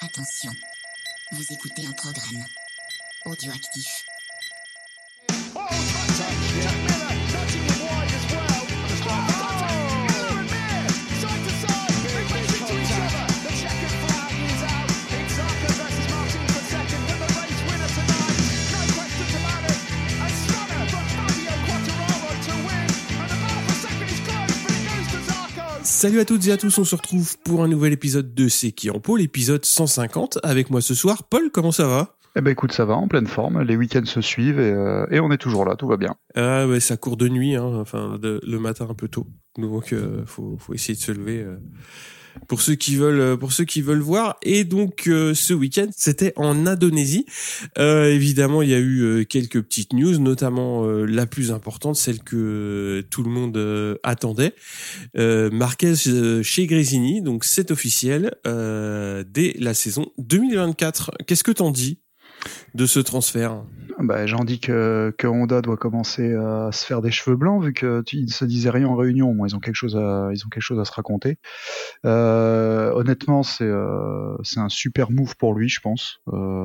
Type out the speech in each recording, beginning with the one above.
Attention, vous écoutez un programme audioactif. Salut à toutes et à tous, on se retrouve pour un nouvel épisode de C'est qui en pot, l'épisode 150. Avec moi ce soir, Paul, comment ça va ? Eh ben écoute, ça va, en pleine forme, les week-ends se suivent et on est toujours là, tout va bien. Ah ouais, ça court de nuit, le matin un peu tôt, donc faut essayer de se lever pour ceux qui veulent voir. Et donc ce week-end, c'était en Indonésie. Évidemment, il y a eu quelques petites news, notamment la plus importante, celle que tout le monde attendait. Marquez chez Gresini, donc c'est officiel dès la saison 2024. Qu'est-ce que t'en dis de ce transfert ? J'en dis que Honda doit commencer à se faire des cheveux blancs, vu que ils se disaient rien en réunion. Moi, ils ont quelque chose à se raconter. Honnêtement, c'est un super move pour lui, je pense.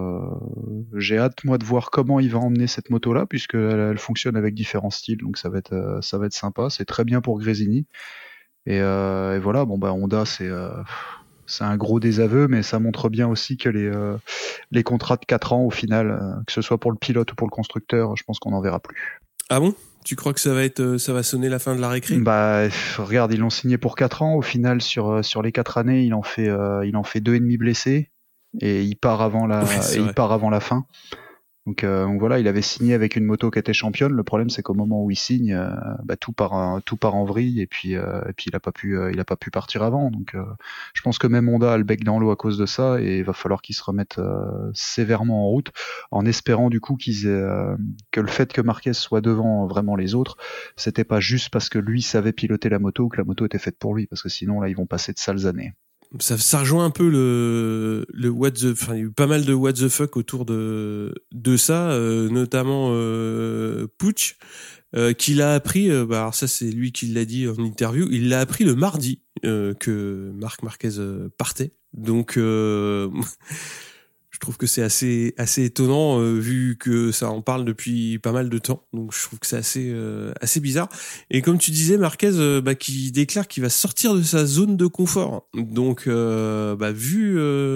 J'ai hâte, moi, de voir comment il va emmener cette moto-là, puisque elle fonctionne avec différents styles, donc ça va être sympa. C'est très bien pour Gresini. Et voilà, Honda, c'est un gros désaveu, mais ça montre bien aussi que les contrats de 4 ans, au final, que ce soit pour le pilote ou pour le constructeur, je pense qu'on n'en verra plus. Ah bon ? Tu crois que ça va sonner la fin de la récré ? Regarde, ils l'ont signé pour 4 ans. Au final, sur les 4 années, il en fait 2,5 blessés et il part avant la fin. Donc voilà, il avait signé avec une moto qui était championne. Le problème, c'est qu'au moment où il signe, tout part en vrille et puis il a pas pu partir avant. Donc je pense que même Honda a le bec dans l'eau à cause de ça et il va falloir qu'ils se remettent sévèrement en route, en espérant du coup que le fait que Marquez soit devant vraiment les autres, c'était pas juste parce que lui savait piloter la moto ou que la moto était faite pour lui, parce que sinon là ils vont passer de sales années. Ça rejoint un peu le what the, enfin il y a eu pas mal de what the fuck autour de ça, notamment Puig qui l'a appris, alors ça c'est lui qui l'a dit en interview, il l'a appris le mardi que Marc Marquez partait. Donc je trouve que c'est assez étonnant vu que ça en parle depuis pas mal de temps. Donc je trouve que c'est assez bizarre. Et comme tu disais, Marquez qui déclare qu'il va sortir de sa zone de confort. Donc vu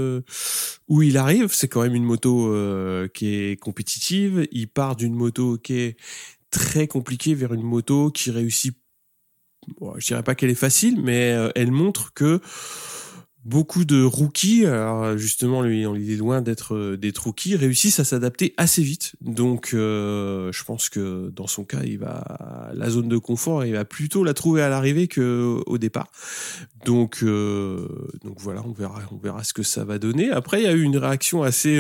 où il arrive, c'est quand même une moto qui est compétitive. Il part d'une moto qui est très compliquée vers une moto qui réussit. Bon, je dirais pas qu'elle est facile, mais elle montre que beaucoup de rookies, alors justement lui il est loin d'être rookies, réussissent à s'adapter assez vite. Donc je pense que dans son cas, la zone de confort, il va plutôt la trouver à l'arrivée que au départ. Donc voilà, on verra ce que ça va donner. Après il y a eu une réaction assez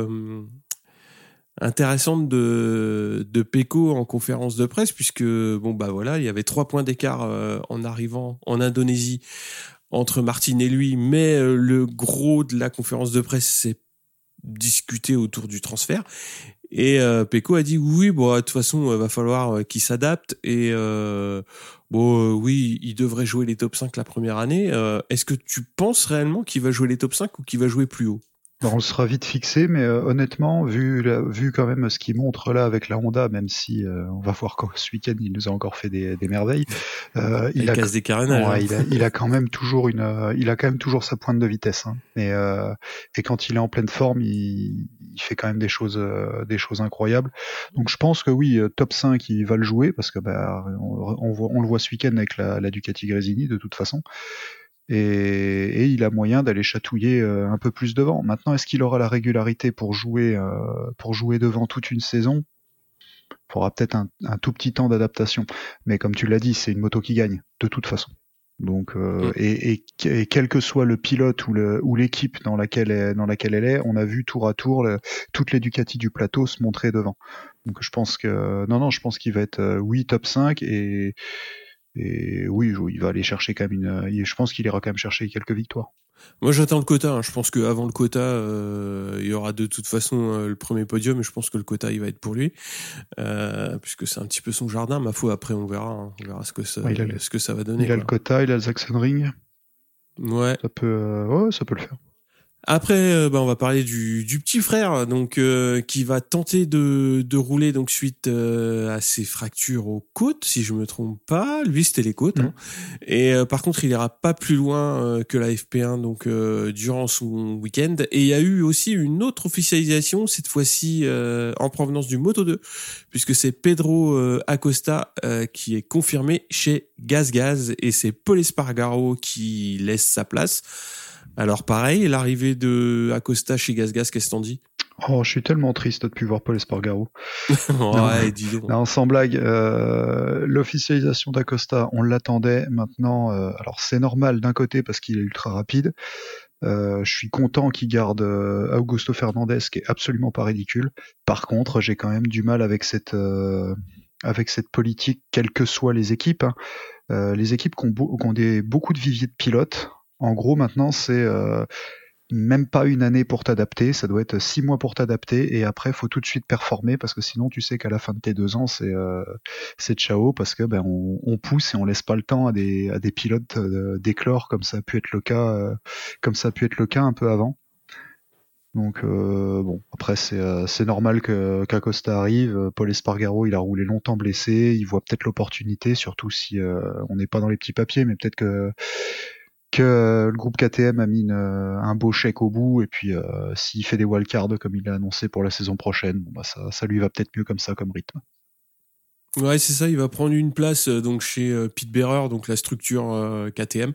intéressante de Pecco en conférence de presse, puisque il y avait 3 points d'écart en arrivant en Indonésie entre Martin et lui, mais le gros de la conférence de presse s'est discuté autour du transfert. Et Pecco a dit oui, de toute façon, va falloir qu'il s'adapte. Et oui, il devrait jouer les top 5 la première année. Est-ce que tu penses réellement qu'il va jouer les top 5 ou qu'il va jouer plus haut ? On sera vite fixé, mais honnêtement, vu quand même ce qu'il montre là avec la Honda, même si on va voir que ce week-end il nous a encore fait des merveilles, il casse des carénages. Ouais, il a quand même toujours sa pointe de vitesse. Hein. Et quand il est en pleine forme, il fait quand même des choses incroyables. Donc je pense que oui, top 5 il va le jouer parce que on le voit ce week-end avec la Ducati Gresini de toute façon. Et il a moyen d'aller chatouiller un peu plus devant. Maintenant, est-ce qu'il aura la régularité pour jouer devant toute une saison ? Il faudra peut-être un tout petit temps d'adaptation. Mais comme tu l'as dit, c'est une moto qui gagne, de toute façon. Donc, et quel que soit le pilote ou l'équipe dans laquelle elle est, on a vu tour à tour toutes les Ducati du plateau se montrer devant. Donc je pense qu'il va être top 5 et oui, il va aller chercher quand même je pense qu'il ira quand même chercher quelques victoires. Moi, j'attends le quota. Hein. Je pense qu'avant le quota, il y aura de toute façon le premier podium. Et je pense que le quota, il va être pour lui, puisque c'est un petit peu son jardin. Ma foi, après, on verra. Hein. On verra ce que ça va donner. Il a le quota, il a le Sachsenring. Ouais. Ça peut le faire. Après, on va parler du petit frère, donc qui va tenter de rouler donc suite à ses fractures aux côtes, si je me trompe pas. Lui, c'était les côtes. Hein. Et par contre, il ira pas plus loin que la FP1 donc durant son week-end. Et il y a eu aussi une autre officialisation cette fois-ci en provenance du Moto2, puisque c'est Pedro Acosta qui est confirmé chez GasGas et c'est Pol Espargaro qui laisse sa place. Alors pareil, l'arrivée de Acosta chez GasGas, qu'est-ce que t'en dis? Oh, je suis tellement triste de ne plus voir Pol Espargaro. Ouais, dis donc. Non, sans blague, l'officialisation d'Acosta, on l'attendait. Maintenant, alors c'est normal d'un côté parce qu'il est ultra rapide. Je suis content qu'il garde Augusto Fernandez, qui est absolument pas ridicule. Par contre, j'ai quand même du mal avec cette politique, quelles que soient les équipes. Hein. Les équipes qui ont beaucoup de viviers de pilotes. En gros, maintenant, c'est même pas une année pour t'adapter, ça doit être 6 mois pour t'adapter, et après, faut tout de suite performer, parce que sinon, tu sais qu'à la fin de tes 2 ans, c'est ciao, parce que on pousse et on laisse pas le temps à des pilotes d'éclore, comme ça a pu être le cas un peu avant. Donc bon, après c'est normal qu'Acosta arrive. Pol Espargaro, il a roulé longtemps blessé, il voit peut-être l'opportunité, surtout si on n'est pas dans les petits papiers, mais peut-être que le groupe KTM a mis un beau chèque au bout, et puis s'il fait des wildcards comme il l'a annoncé pour la saison prochaine, bon, ça lui va peut-être mieux comme ça, comme rythme. Ouais, c'est ça, il va prendre une place donc chez Pete Bearer, donc la structure KTM,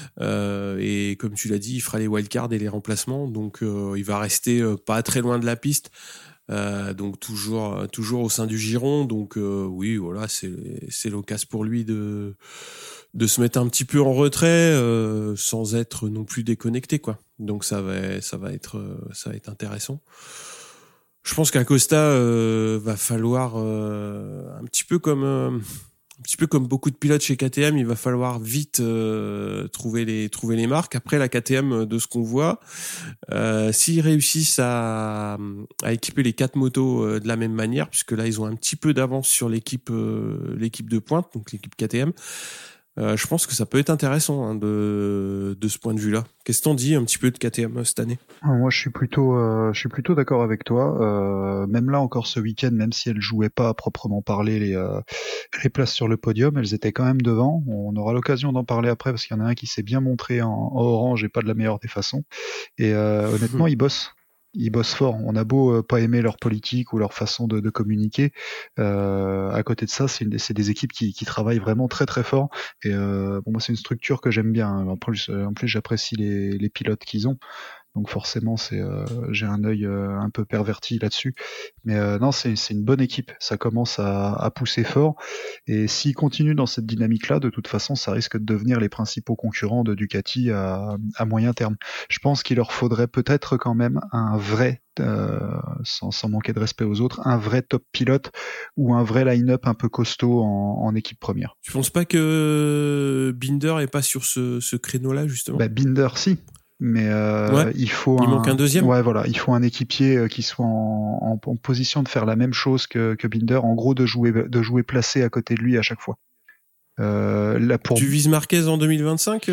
et comme tu l'as dit, il fera les wildcards et les remplacements, donc il va rester pas très loin de la piste. Donc toujours au sein du giron, donc oui, voilà, c'est l'occasion pour lui de se mettre un petit peu en retrait sans être non plus déconnecté, quoi. Donc ça va être intéressant. Je pense qu'Acosta va falloir un petit peu comme beaucoup de pilotes chez KTM, il va falloir vite trouver les marques. Après, la KTM, de ce qu'on voit, s'ils réussissent à équiper les 4 motos de la même manière, puisque là ils ont un petit peu d'avance sur l'équipe de pointe, donc l'équipe KTM, je pense que ça peut être intéressant hein, de ce point de vue-là. Qu'est-ce que t'en dis un petit peu de KTM cette année? Moi, je suis plutôt d'accord avec toi. Même là, encore ce week-end, même si elles jouaient pas à proprement parler les places sur le podium, elles étaient quand même devant. On aura l'occasion d'en parler après parce qu'il y en a un qui s'est bien montré en orange et pas de la meilleure des façons. Et honnêtement, ils bossent fort. On a beau pas aimer leur politique ou leur façon de communiquer. À côté de ça, c'est des équipes qui travaillent vraiment très très fort. Et moi, c'est une structure que j'aime bien. En plus, j'apprécie les pilotes qu'ils ont. Donc forcément, j'ai un œil un peu perverti là-dessus. Mais non, c'est une bonne équipe. Ça commence à pousser fort. Et s'ils continuent dans cette dynamique-là, de toute façon, ça risque de devenir les principaux concurrents de Ducati à moyen terme. Je pense qu'il leur faudrait peut-être quand même un vrai, sans manquer de respect aux autres, un vrai top pilote ou un vrai line-up un peu costaud en équipe première. Tu penses pas que Binder est pas sur ce créneau-là, justement? Binder, si. Mais ouais, il manque un deuxième. Ouais, voilà, il faut un équipier qui soit en position de faire la même chose que Binder, en gros de jouer placé à côté de lui à chaque fois. Tu vises Marquez en 2025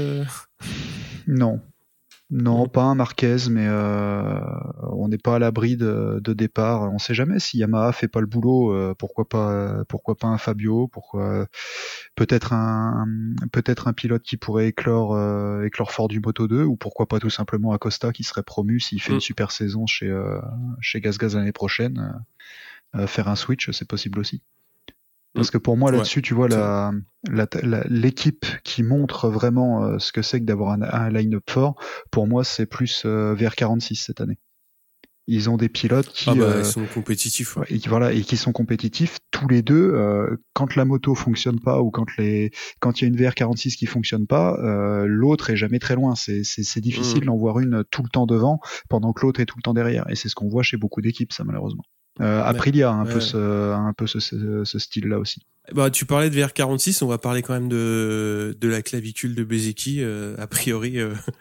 Non, pas un Marquez, mais on n'est pas à l'abri de départ. On sait jamais si Yamaha fait pas le boulot. Pourquoi pas un Fabio, peut-être un pilote qui pourrait éclore fort du Moto2, ou pourquoi pas tout simplement Acosta qui serait promu s'il fait une super saison chez GasGas l'année prochaine. Faire un switch, c'est possible aussi. Parce que pour moi là-dessus, tu vois l'équipe qui montre vraiment ce que c'est que d'avoir un line-up fort. Pour moi, c'est plus VR46 cette année. Ils ont des pilotes qui ils sont compétitifs. Ouais. Et qui sont compétitifs tous les deux. Quand la moto fonctionne pas ou quand il y a une VR46 qui fonctionne pas, l'autre est jamais très loin. C'est difficile d'en voir une tout le temps devant pendant que l'autre est tout le temps derrière. Et c'est ce qu'on voit chez beaucoup d'équipes, ça malheureusement. Aprilia a un peu ce style-là aussi. Bah, tu parlais de VR46, on va parler quand même de la clavicule de Bezeki. A priori,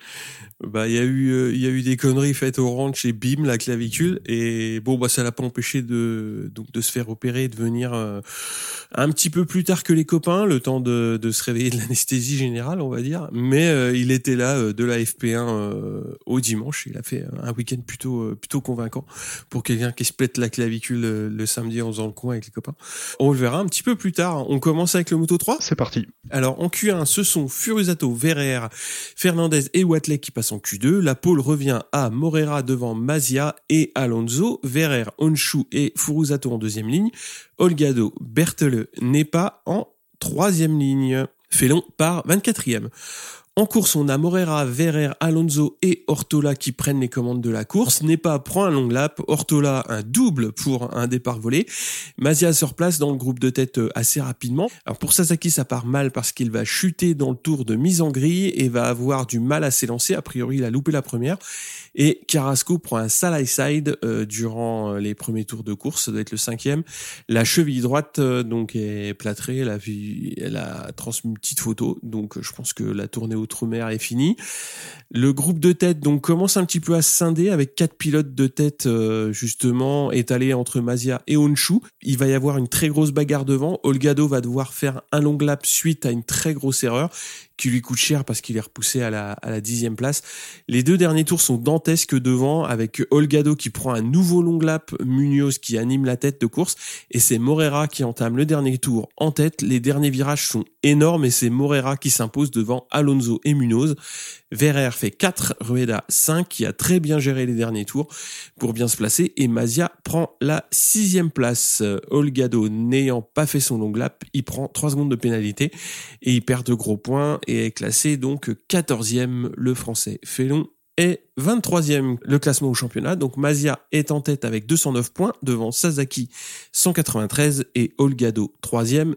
bah il y a eu des conneries faites au ranch et bim la clavicule, et bon bah ça l'a pas empêché de se faire opérer et de venir un petit peu plus tard que les copains, le temps de se réveiller de l'anesthésie générale, on va dire. Mais il était là de la FP1 au dimanche. Il a fait un week-end plutôt convaincant pour quelqu'un qui se pète la clavicule le samedi en faisant le coin avec les copains. On le verra un petit peu plus tard. On commence avec le Moto 3. C'est parti. Alors en Q1, ce sont Furusato, Verrer, Fernandez et Watley qui passent en Q2. La pole revient à Morera devant Mazia et Alonso. Verrer, Honshu et Furusato en deuxième ligne. Olgado, Bertele, Nepa en troisième ligne. Félon part 24e. En course, on a Morera, Verrer, Alonso et Ortola qui prennent les commandes de la course. Nepa prend un long lap, Ortola un double pour un départ volé. Mazia se replace dans le groupe de tête assez rapidement. Alors pour Sasaki, ça part mal parce qu'il va chuter dans le tour de mise en grille et va avoir du mal à s'élancer. A priori, il a loupé la première. Et Carrasco prend un side durant les premiers tours de course, ça doit être le 5e. La cheville droite donc est plâtrée, elle a transmis une petite photo, donc je pense que la tournée outre-mer est finie. Le groupe de tête donc commence un petit peu à se scinder avec 4 pilotes de tête justement étalés entre Mazia et Honshu. Il va y avoir une très grosse bagarre devant. Olgado va devoir faire un long lap suite à une très grosse erreur qui lui coûte cher parce qu'il est repoussé à la 10e place. Les deux derniers tours sont dantesques devant, avec Olgado qui prend un nouveau long lap, Munoz qui anime la tête de course, et c'est Morera qui entame le dernier tour en tête. Les derniers virages sont énormes et c'est Morera qui s'impose devant Alonso et Munoz. Verrer fait 4, Rueda 5, qui a très bien géré les derniers tours pour bien se placer, et Mazia prend la 6e place. Olgado n'ayant pas fait son long lap, il prend 3 secondes de pénalité et il perd de gros points et est classé donc 14e. Le français Félon est 23e le classement au championnat. Donc Mazia est en tête avec 209 points devant Sasaki 193 et Olgado 3e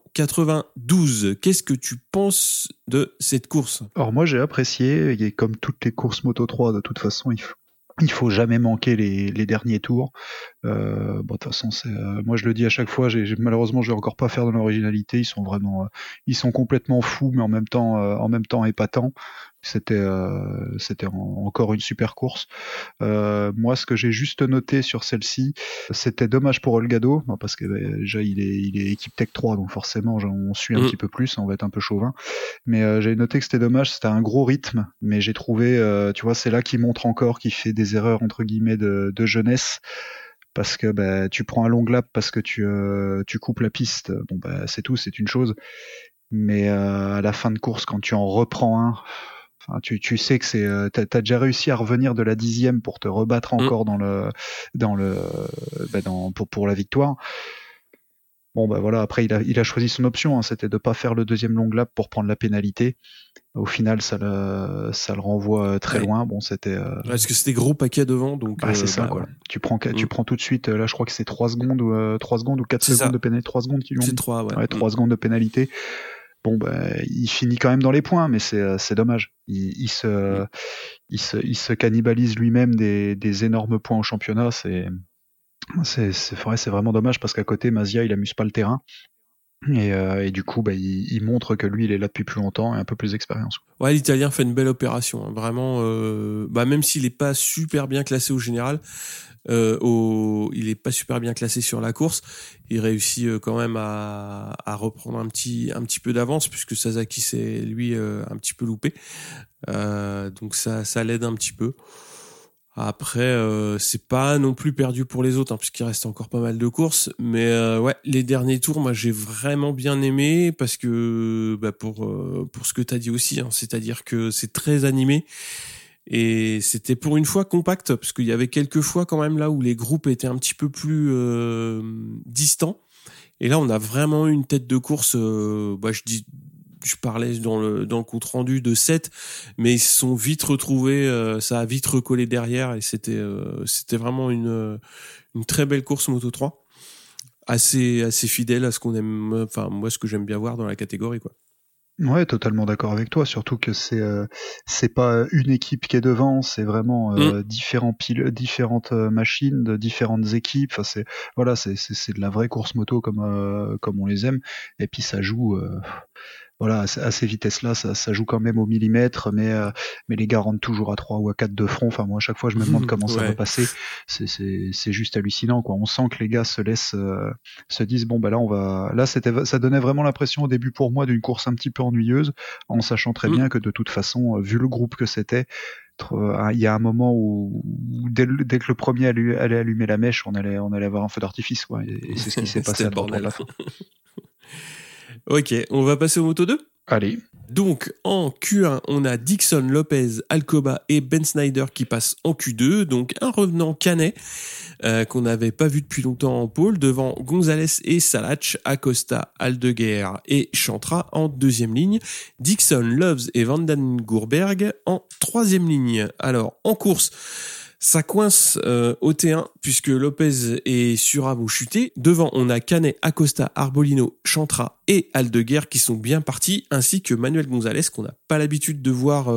192. Qu'est-ce que tu penses de cette course? Alors moi j'ai apprécié, et comme toutes les courses Moto 3 de toute façon il faut jamais manquer les derniers tours. De toute façon, moi je le dis à chaque fois. Malheureusement, je vais encore pas faire de l'originalité. Ils sont vraiment, ils sont complètement fous, mais en même temps épatants. C'était encore une super course. Moi, ce que j'ai juste noté sur celle-ci, c'était dommage pour Olgado, parce que déjà il est équipe Tech 3, donc forcément on suit un petit peu plus, on va être un peu chauvin. Mais j'ai noté que c'était dommage, c'était un gros rythme, mais j'ai trouvé, tu vois, c'est là qu'il montre encore qu'il fait des erreurs entre guillemets de jeunesse. Parce que tu prends un long lap parce que tu coupes la piste, bon c'est tout, c'est une chose. Mais à la fin de course, quand tu en reprends un, enfin tu sais que t'as déjà réussi à revenir de la 10e pour te rebattre encore pour la victoire. Bon voilà, après il a choisi son option, hein, c'était de pas faire le deuxième long lap pour prendre la pénalité. Au final, ça le renvoie très loin. Bon, c'était. Parce que c'était gros paquet devant, donc. C'est ça, quoi. Voilà. Tu prends tout de suite. Là, je crois que c'est 3 secondes ou 4 secondes de pénalité. 3 secondes qui lui ont. C'est 3, ouais. 3 secondes de pénalité. Bon, il finit quand même dans les points, mais c'est dommage. Il se cannibalise lui-même des énormes points au championnat. C'est vrai, c'est vraiment dommage parce qu'à côté, Mazia, il amuse pas le terrain. Et du coup, il montre que lui, il est là depuis plus longtemps et un peu plus d'expérience. Ouais, l'Italien fait une belle opération, hein. Vraiment. Même s'il est pas super bien classé au général, il est pas super bien classé sur la course, il réussit quand même à reprendre un petit peu d'avance puisque Sasaki s'est lui un petit peu loupé. Donc ça l'aide un petit peu. Après, c'est pas non plus perdu pour les autres, hein, puisqu'il reste encore pas mal de courses. Mais les derniers tours, moi, j'ai vraiment bien aimé parce que pour ce que t'as dit aussi, hein, c'est-à-dire que c'est très animé et c'était pour une fois compact, parce qu'il y avait quelques fois quand même là où les groupes étaient un petit peu plus distants. Et là, on a vraiment une tête de course. Je parlais dans le compte rendu de 7, mais ils se sont vite retrouvés, ça a vite recollé derrière et c'était vraiment une très belle course Moto 3, assez fidèle à ce qu'on aime, enfin moi ce que j'aime bien voir dans la catégorie, quoi. Ouais, totalement d'accord avec toi. Surtout que c'est pas une équipe qui est devant, c'est vraiment différentes machines de différentes équipes. Enfin, c'est de la vraie course moto comme on les aime. Et puis ça joue. Voilà, à ces vitesses-là, ça joue quand même au millimètre, mais les gars rentrent toujours à 3 ou à 4 de front. Enfin, moi, à chaque fois, je me demande comment ça va passer. C'est juste hallucinant, quoi. On sent que les gars se disent, bon, bah là, ça donnait vraiment l'impression au début pour moi d'une course un petit peu ennuyeuse, en sachant très bien que de toute façon, vu le groupe que c'était, il y a un moment où dès que le premier allait allumer la mèche, on allait avoir un feu d'artifice, quoi. Et c'est ce qui s'est passé à droite à la fin. Ok, on va passer au Moto 2 ? Allez. Donc, en Q1, on a Dixon, Lopez, Alcoba et Ben Snyder qui passent en Q2. Donc, un revenant canet qu'on n'avait pas vu depuis longtemps en pôle, devant Gonzalez et Salach, Acosta, Aldeguer et Chantra en deuxième ligne. Dixon, Loves et Vandengourberg en troisième ligne. Alors, en course, ça coince au T1 puisque Lopez et Sura vont chuter. Devant, on a Canet, Acosta, Arbolino, Chantra et Aldeguer qui sont bien partis, ainsi que Manuel Gonzalez qu'on n'a pas l'habitude de voir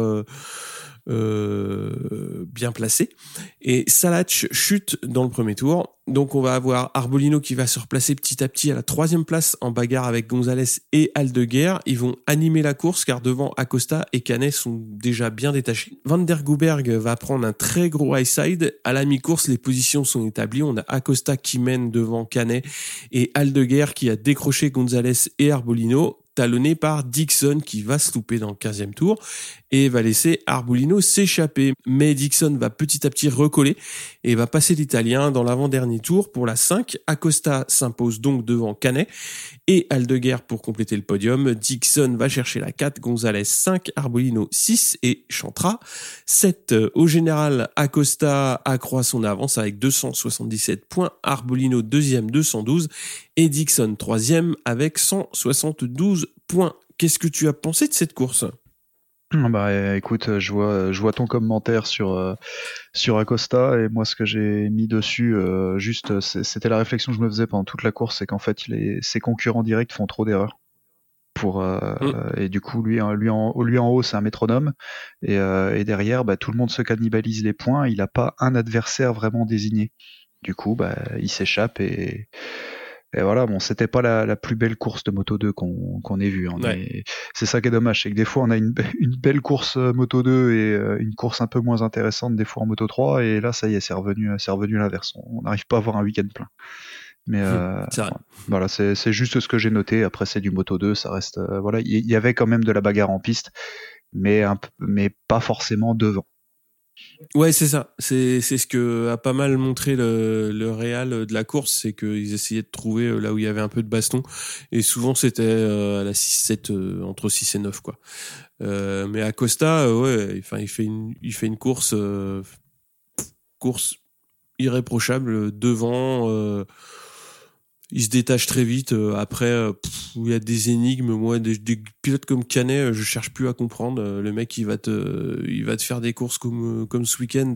bien placé. Et Salach chute dans le premier tour. Donc on va avoir Arbolino qui va se replacer petit à petit à la troisième place en bagarre avec Gonzalez et Aldeguer. Ils vont animer la course car devant Acosta et Canet sont déjà bien détachés. Vandengourberg va prendre un très gros high side. À la mi-course, les positions sont établies. On a Acosta qui mène devant Canet et Aldeguer qui a décroché Gonzalez et Arbolino, talonné par Dixon qui va se louper dans le 15e tour et va laisser Arbolino s'échapper. Mais Dixon va petit à petit recoller et va passer l'Italien dans l'avant-dernier tour pour la 5. Acosta s'impose donc devant Canet et Aldeguer pour compléter le podium. Dixon va chercher la 4, Gonzalez 5, Arbolino 6 et Chantra 7. Au général, Acosta accroît son avance avec 277 points, Arbolino deuxième 212 et Dixon troisième avec 172 points. Qu'est-ce que tu as pensé de cette course ? Bah écoute, je vois ton commentaire sur Acosta, et moi ce que j'ai mis dessus, c'était la réflexion que je me faisais pendant toute la course, c'est qu'en fait ses concurrents directs font trop d'erreurs. Et du coup lui en haut c'est un métronome, et derrière tout le monde se cannibalise les points, il a pas un adversaire vraiment désigné. Du coup il s'échappe et voilà, bon, c'était pas la plus belle course de Moto 2 qu'on ait vue. Hein, ouais. C'est ça qui est dommage, c'est que des fois on a une belle course Moto 2 et une course un peu moins intéressante des fois en Moto 3, et là ça y est, c'est revenu l'inverse. On n'arrive pas à avoir un week-end plein. Mais voilà, c'est juste ce que j'ai noté. Après c'est du Moto 2, ça reste voilà, il y avait quand même de la bagarre en piste, mais pas forcément devant. Ouais, c'est ça. C'est ce que a pas mal montré le réal de la course, c'est qu'ils essayaient de trouver là où il y avait un peu de baston, et souvent c'était à la 6-7, entre 6 et 9 quoi. Mais Acosta, ouais, enfin il fait une course irréprochable devant. Il se détache très vite. Après, il y a des énigmes. Moi, des pilotes comme Canet, je cherche plus à comprendre. Le mec, il va te faire des courses comme ce week-end.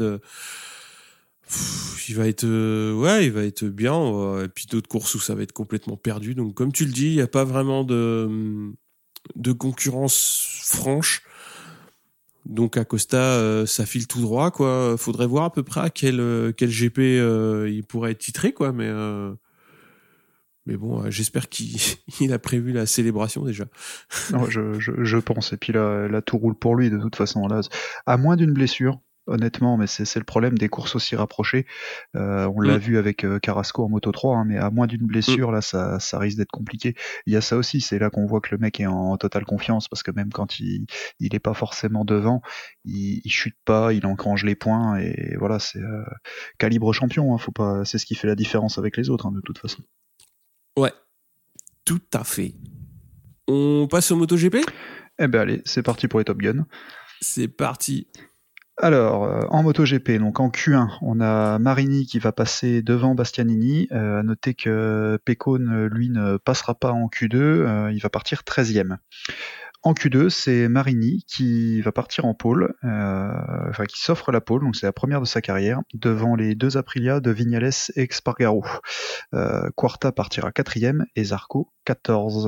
Il va être bien. Et puis d'autres courses où ça va être complètement perdu. Donc, comme tu le dis, il y a pas vraiment de concurrence franche. Donc Acosta, ça file tout droit, quoi. Faudrait voir à peu près à quel GP il pourrait être titré, quoi. Mais bon, j'espère qu'il a prévu la célébration déjà. Non, je pense. Et puis là, tout roule pour lui de toute façon. Là, à moins d'une blessure, honnêtement, mais c'est le problème des courses aussi rapprochées. On l'a vu avec Carrasco en Moto 3, hein, mais à moins d'une blessure, là, ça risque d'être compliqué. Il y a ça aussi, c'est là qu'on voit que le mec est en totale confiance, parce que même quand il est pas forcément devant, il chute pas, il engrange les points, et voilà, c'est calibre champion. Hein, c'est ce qui fait la différence avec les autres, hein, de toute façon. Ouais, tout à fait. On passe au MotoGP ? Eh ben allez, c'est parti pour les Top Gun. C'est parti. Alors, en MotoGP, donc en Q1, on a Marini qui va passer devant Bastianini. À noter que Pecone, lui, ne passera pas en Q2, il va partir 13e. En Q2, c'est Marini qui va partir en pole, qui s'offre la pole, donc c'est la première de sa carrière, devant les deux Aprilia de Vignales et Espargaro. Quarta partira 4e et Zarco 14.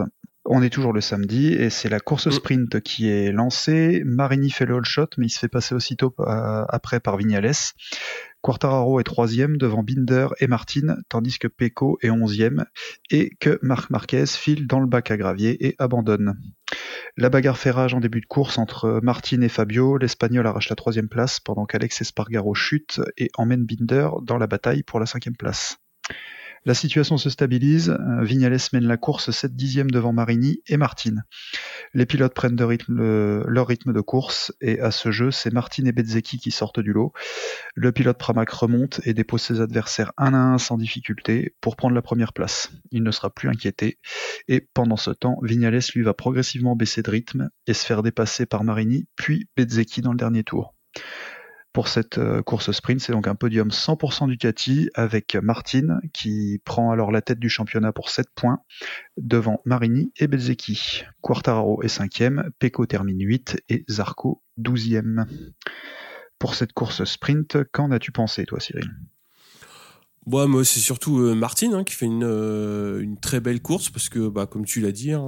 On est toujours le samedi et c'est la course sprint qui est lancée. Marini fait le all shot, mais il se fait passer aussitôt après par Viñales. Quartararo est 3e devant Binder et Martin, tandis que Pecco est 11e et que Marc Marquez file dans le bac à gravier et abandonne. La bagarre fait rage en début de course entre Martin et Fabio. L'Espagnol arrache la 3e place pendant qu'Alex Espargaro chute et emmène Binder dans la bataille pour la 5e place. La situation se stabilise, Viñales mène la course 7/10 devant Marini et Martin. Les pilotes prennent leur rythme de course et à ce jeu, c'est Martin et Bezzecchi qui sortent du lot. Le pilote Pramac remonte et dépose ses adversaires un à un sans difficulté pour prendre la première place. Il ne sera plus inquiété et pendant ce temps, Viñales lui va progressivement baisser de rythme et se faire dépasser par Marini puis Bezzecchi dans le dernier tour. Pour cette course sprint, c'est donc un podium 100% Ducati avec Martin qui prend alors la tête du championnat pour 7 points devant Marini et Bezzecchi. Quartararo est 5e, Pecco termine 8 et Zarco 12e. Pour cette course sprint, qu'en as-tu pensé toi Cyril ? Bon, moi, c'est surtout Martin qui fait une très belle course parce que, comme tu l'as dit,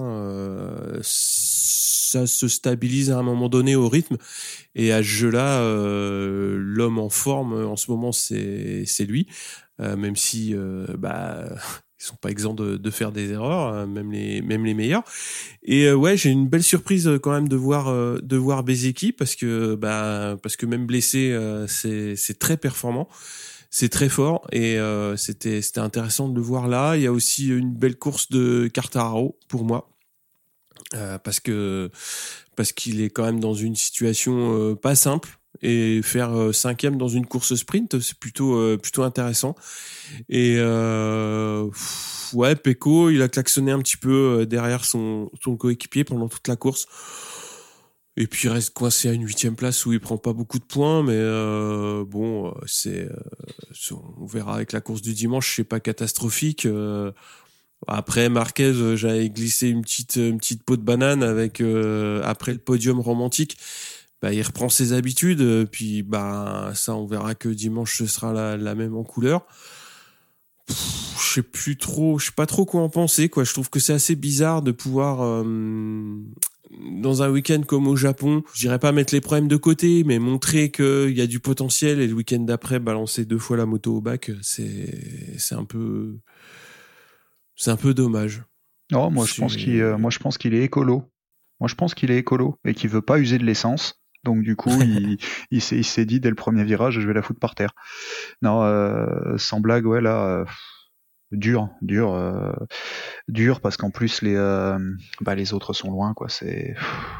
ça se stabilise à un moment donné au rythme. Et à ce jeu-là, l'homme en forme en ce moment, c'est lui. Même si, ils sont pas exempts de faire des erreurs, même les meilleurs. Et j'ai une belle surprise quand même de voir Bezzecchi parce que même blessé, c'est très performant. C'est très fort et c'était intéressant de le voir là. Il y a aussi une belle course de Quartararo pour moi parce qu'il est quand même dans une situation pas simple et faire 5e dans une course sprint, c'est plutôt intéressant. Et Pecco, il a klaxonné un petit peu derrière son coéquipier pendant toute la course. Et puis il reste coincé à une 8e place où il prend pas beaucoup de points, mais on verra avec la course du dimanche, c'est pas catastrophique. Après Marquez, j'avais glissé une petite peau de banane avec après le podium romantique. Il reprend ses habitudes, puis ça on verra que dimanche ce sera la même en couleur. Je sais pas trop quoi en penser quoi. Je trouve que c'est assez bizarre de pouvoir dans un week-end comme au Japon, je dirais pas mettre les problèmes de côté, mais montrer qu'il y a du potentiel et le week-end d'après balancer 2 fois la moto au bac, c'est un peu dommage. Non, moi je pense qu'il est écolo. Moi je pense qu'il est écolo et qu'il veut pas user de l'essence. Donc du coup, il s'est dit dès le premier virage, je vais la foutre par terre. Non, sans blague, là. Dur parce qu'en plus les autres sont loin quoi. C'est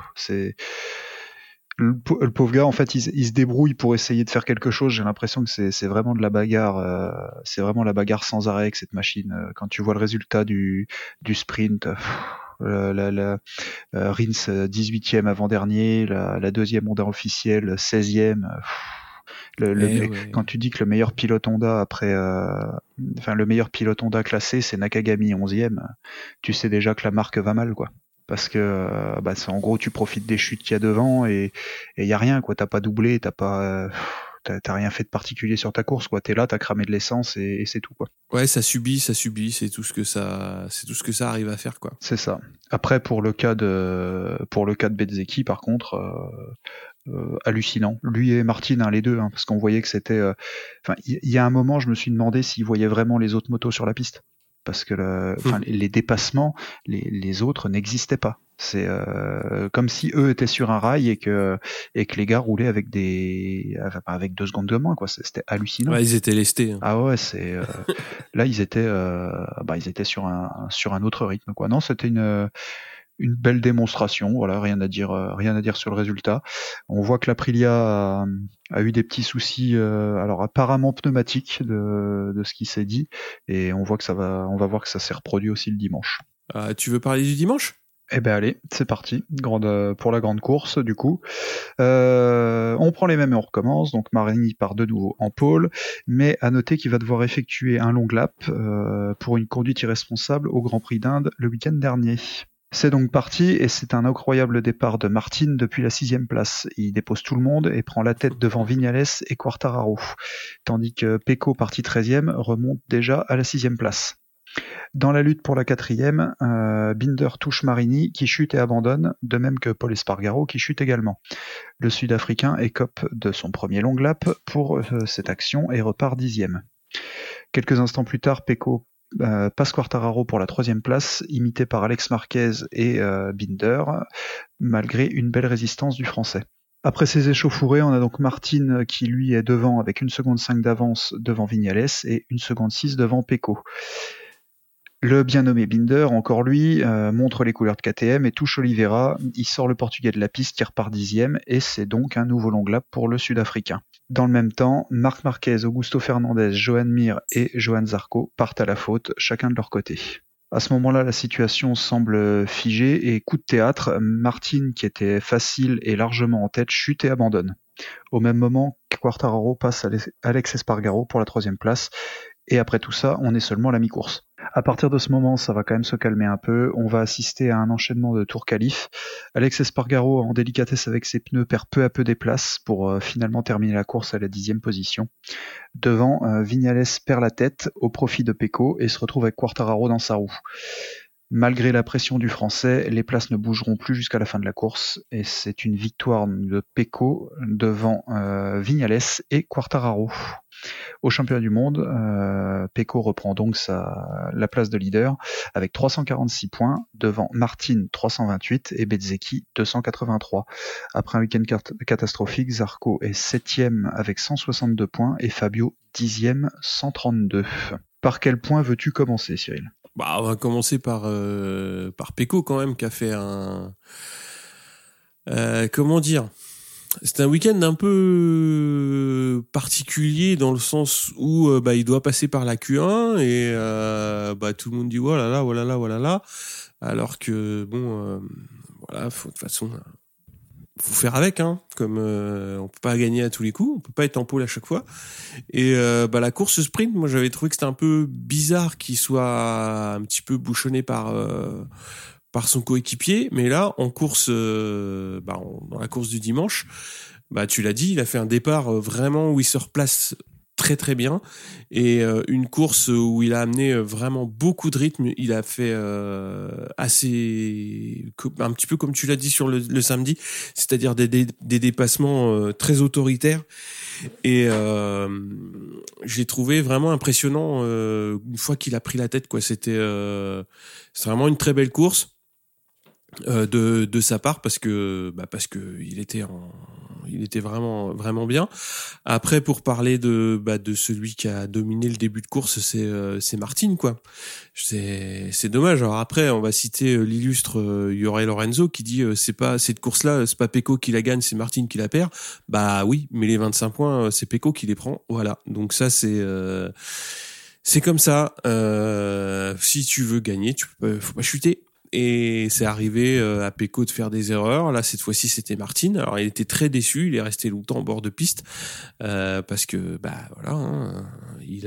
le pauvre gars en fait il se débrouille pour essayer de faire quelque chose. J'ai l'impression que c'est vraiment de la bagarre, c'est vraiment la bagarre sans arrêt avec cette machine. Quand tu vois le résultat du sprint, Rins 18e avant-dernier, la deuxième Honda officielle 16e. Quand tu dis que le meilleur pilote Honda le meilleur pilote Honda classé c'est Nakagami 11e, tu sais déjà que la marque va mal quoi. Parce que en gros tu profites des chutes qu'il y a devant et y a rien quoi, t'as pas doublé, t'as rien fait de particulier sur ta course quoi, t'es là, t'as cramé de l'essence et c'est tout quoi. Ouais, ça subit, c'est tout ce que ça arrive à faire quoi. C'est ça. Après pour le cas de Bezzecchi par contre hallucinant. Lui et Martin, les deux, parce qu'on voyait que c'était. Il y a un moment, je me suis demandé s'ils voyaient vraiment les autres motos sur la piste, parce que les dépassements, les autres n'existaient pas. C'est comme si eux étaient sur un rail et que les gars roulaient avec 2 secondes de moins, quoi. C'était hallucinant. Ouais, ils étaient lestés. Ah ouais, c'est là ils étaient sur un autre rythme, quoi. Non, c'était une belle démonstration, voilà, rien à dire sur le résultat. On voit que l'Aprilia a eu des petits soucis, alors apparemment pneumatiques de ce qui s'est dit, et on va voir que ça s'est reproduit aussi le dimanche. Tu veux parler du dimanche ? Eh ben allez, c'est parti, pour la grande course du coup. On prend les mêmes et on recommence, donc Marini part de nouveau en pôle, mais à noter qu'il va devoir effectuer un long lap pour une conduite irresponsable au Grand Prix d'Inde le week-end dernier. C'est donc parti et c'est un incroyable départ de Martin depuis la 6e place. Il dépose tout le monde et prend la tête devant Viñales et Quartararo, tandis que Pecco, parti 13e, remonte déjà à la 6e place. Dans la lutte pour la 4e, Binder touche Marini qui chute et abandonne, de même que Paul Espargaro qui chute également. Le Sud-Africain écope de son premier long lap pour cette action et repart 10e. Quelques instants plus tard, Pecco passe Quartararo pour la 3e place, imité par Alex Marquez et Binder, malgré une belle résistance du Français. Après ces échauffourées, on a donc Martin qui lui est devant avec 1 seconde 5 d'avance devant Viñales et 1 seconde 6 devant Pecco. Le bien nommé Binder, encore lui, montre les couleurs de KTM et touche Oliveira. Il sort le Portugais de la piste qui repart 10e et c'est donc un nouveau long lap pour le Sud-Africain. Dans le même temps, Marc Marquez, Augusto Fernandez, Joan Mir et Johan Zarco partent à la faute, chacun de leur côté. À ce moment-là, la situation semble figée et coup de théâtre, Martin, qui était facile et largement en tête, chute et abandonne. Au même moment, Quartararo passe Alex Espargaro pour la 3e place. Et après tout ça, on est seulement à la mi-course. À partir de ce moment, ça va quand même se calmer un peu. On va assister à un enchaînement de tours qualif. Alex Espargaro, en délicatesse avec ses pneus, perd peu à peu des places pour finalement terminer la course à la 10e position. Devant, Viñales perd la tête au profit de Pecco et se retrouve avec Quartararo dans sa roue. Malgré la pression du Français, les places ne bougeront plus jusqu'à la fin de la course et c'est une victoire de Pecco devant Viñales et Quartararo. Au championnat du monde, Pecco reprend donc la place de leader avec 346 points devant Martin 328 et Bezzecchi 283. Après un week-end catastrophique, Zarco est 7e avec 162 points et Fabio 10e 132. Par quel point veux-tu commencer, Cyril ? On va commencer par Pecco quand même, qui a fait un... comment dire ? C'est un week-end un peu particulier dans le sens où il doit passer par la Q1 et tout le monde dit voilà là, alors que de toute façon faut faire avec, hein, comme on peut pas gagner à tous les coups, on peut pas être en pôle à chaque fois. Et la course sprint, moi j'avais trouvé que c'était un peu bizarre qu'il soit un petit peu bouchonné par son coéquipier, mais là en course dans la course du dimanche, tu l'as dit, il a fait un départ vraiment où il se replace très très bien et une course où il a amené vraiment beaucoup de rythme. Il a fait assez un petit peu comme tu l'as dit sur le samedi, c'est-à-dire des dépassements très autoritaires et je l'ai trouvé vraiment impressionnant une fois qu'il a pris la tête, quoi. C'est vraiment une très belle course de sa part parce que il était vraiment bien. Après, pour parler de celui qui a dominé le début de course, c'est Martin, quoi. C'est dommage. Alors après, on va citer l'illustre Jorge Lorenzo qui dit c'est pas cette course-là, c'est pas Pecco qui la gagne, c'est Martin qui la perd. Bah oui, mais les 25 points, c'est Pecco qui les prend. Voilà. Donc ça, c'est comme ça. Si tu veux gagner, faut pas chuter. Et c'est arrivé à Pecco de faire des erreurs. Là, cette fois-ci, c'était Martin. Alors, il était très déçu. Il est resté longtemps en bord de piste parce que, il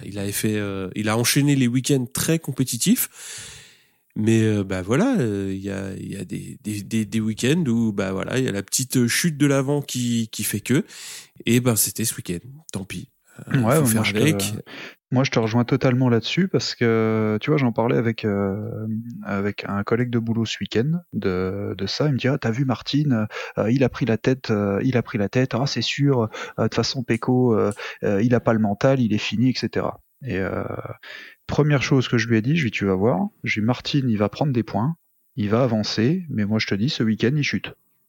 a enchaîné les week-ends très compétitifs. Mais il y a des week-ends où il y a la petite chute de l'avant qui fait que. Et c'était ce week-end. Tant pis. Faut faire avec. Moi, je te rejoins totalement là-dessus parce que, tu vois, j'en parlais avec un collègue de boulot ce week-end de ça. Il me dit, t'as vu Martin, il a pris la tête, c'est sûr, de toute façon, Pecco, il a pas le mental, il est fini, etc. Et première chose que je lui ai dit, tu vas voir, Martin, il va prendre des points, il va avancer, mais moi, je te dis, ce week-end, il chute.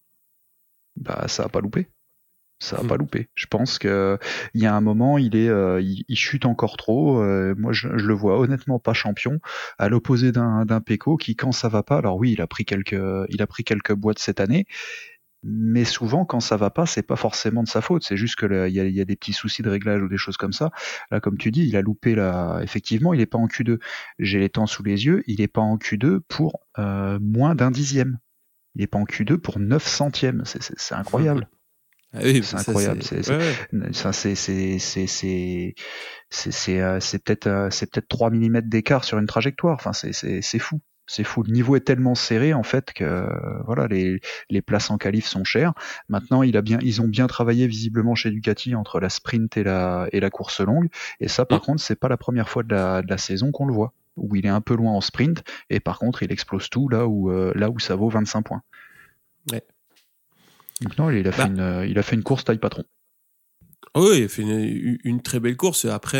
Ça a pas loupé. Ça a pas loupé. Je pense que il y a un moment, il chute encore trop. Moi, je le vois honnêtement pas champion. À l'opposé d'un Pecco qui, quand ça va pas, alors oui, il a pris quelques boîtes cette année, mais souvent quand ça va pas, c'est pas forcément de sa faute. C'est juste que il y a des petits soucis de réglage ou des choses comme ça. Là, comme tu dis, il a loupé effectivement, il est pas en Q2. J'ai les temps sous les yeux. Il est pas en Q2 pour moins d'un dixième. Il est pas en Q2 pour 9 centièmes. C'est incroyable. Ah oui, c'est incroyable. C'est peut-être 3 mm d'écart sur une trajectoire. Enfin, c'est fou. C'est fou. Le niveau est tellement serré en fait que voilà, les places en qualif sont chères. Maintenant, ils ont bien travaillé visiblement chez Ducati entre la sprint et la course longue. Et ça, par contre, c'est pas la première fois de la saison qu'on le voit. où il est un peu loin en sprint, et par contre il explose tout là où ça vaut 25 points. Ouais. Donc non, il a fait une course taille patron. Oui, il a fait une très belle course. Et après,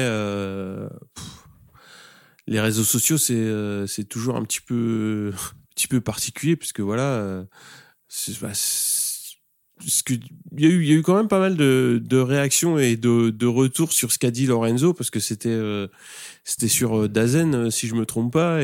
les réseaux sociaux, c'est toujours un petit peu particulier, puisque voilà, il y a eu quand même pas mal de réactions et de retours sur ce qu'a dit Lorenzo, parce que c'était sur Dazen, si je me trompe pas,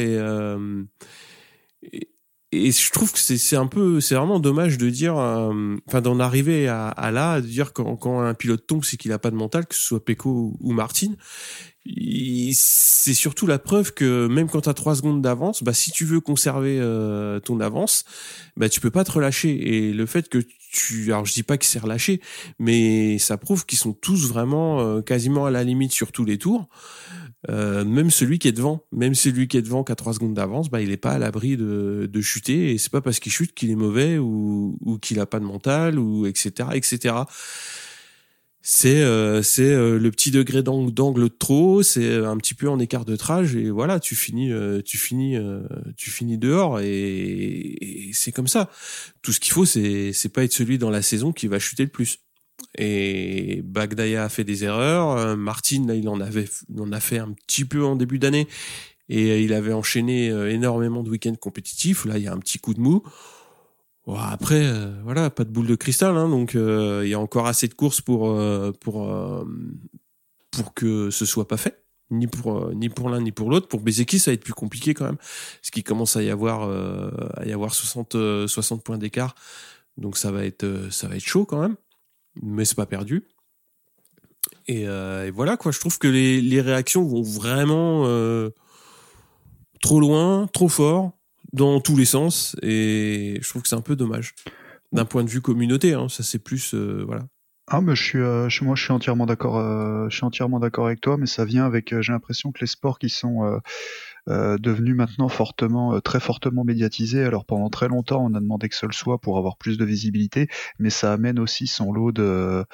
et je trouve que c'est vraiment dommage de dire, d'en arriver à là, de dire quand un pilote tombe, c'est qu'il a pas de mental, que ce soit Pecco ou Martin. C'est surtout la preuve que même quand t'as 3 secondes d'avance, bah, si tu veux conserver ton avance, bah, tu peux pas te relâcher. Et le fait que alors je dis pas que c'est relâché, mais ça prouve qu'ils sont tous vraiment quasiment à la limite sur tous les tours. Même celui qui est devant, qui a 3 secondes d'avance, bah, il est pas à l'abri de chuter, et c'est pas parce qu'il chute qu'il est mauvais ou qu'il a pas de mental, ou etc., etc. C'est le petit degré d'angle de trop, c'est un petit peu en écart de trage, et voilà, tu finis dehors, et c'est comme ça. Tout ce qu'il faut, c'est pas être celui dans la saison qui va chuter le plus. Et Bagdaya a fait des erreurs, Martin là, il en a fait un petit peu en début d'année, et il avait enchaîné énormément de week-ends compétitifs. Là, il y a un petit coup de mou. Bon, après, voilà, pas de boule de cristal, hein, donc il y a encore assez de courses pour que ce soit pas fait, ni pour l'un ni pour l'autre. Pour Bezeki, ça va être plus compliqué quand même, parce qu'il commence à y avoir 60 points d'écart, donc ça va être chaud quand même, mais c'est pas perdu. Et voilà quoi, je trouve que les réactions vont vraiment trop loin, trop fort, dans tous les sens, et je trouve que c'est un peu dommage. D'un point de vue communauté, hein, ça c'est plus voilà. Ah, mais moi je suis entièrement d'accord. Je suis entièrement d'accord avec toi, mais ça vient avec. J'ai l'impression que les sports qui sont devenus maintenant très fortement médiatisés. Alors pendant très longtemps, on a demandé que ce le soit pour avoir plus de visibilité, mais ça amène aussi son lot de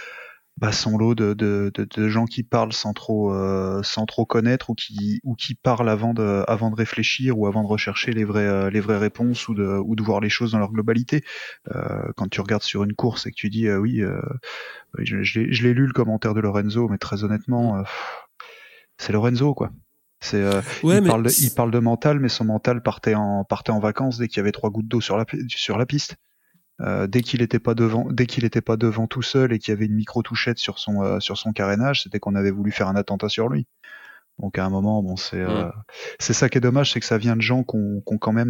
gens qui parlent sans trop connaître, ou qui parlent avant de réfléchir, ou avant de rechercher les vraies réponses, ou de voir les choses dans leur globalité. Quand tu regardes sur une course et que tu dis je l'ai lu le commentaire de Lorenzo, mais très honnêtement c'est Lorenzo quoi. Ouais, il parle de mental, mais son mental partait en vacances dès qu'il y avait 3 gouttes d'eau sur la piste. Dès qu'il était pas devant tout seul, et qu'il y avait une micro touchette sur son carénage, c'était qu'on avait voulu faire un attentat sur lui. Donc à un moment, bon, c'est ça qui est dommage, c'est que ça vient de gens qui ont quand même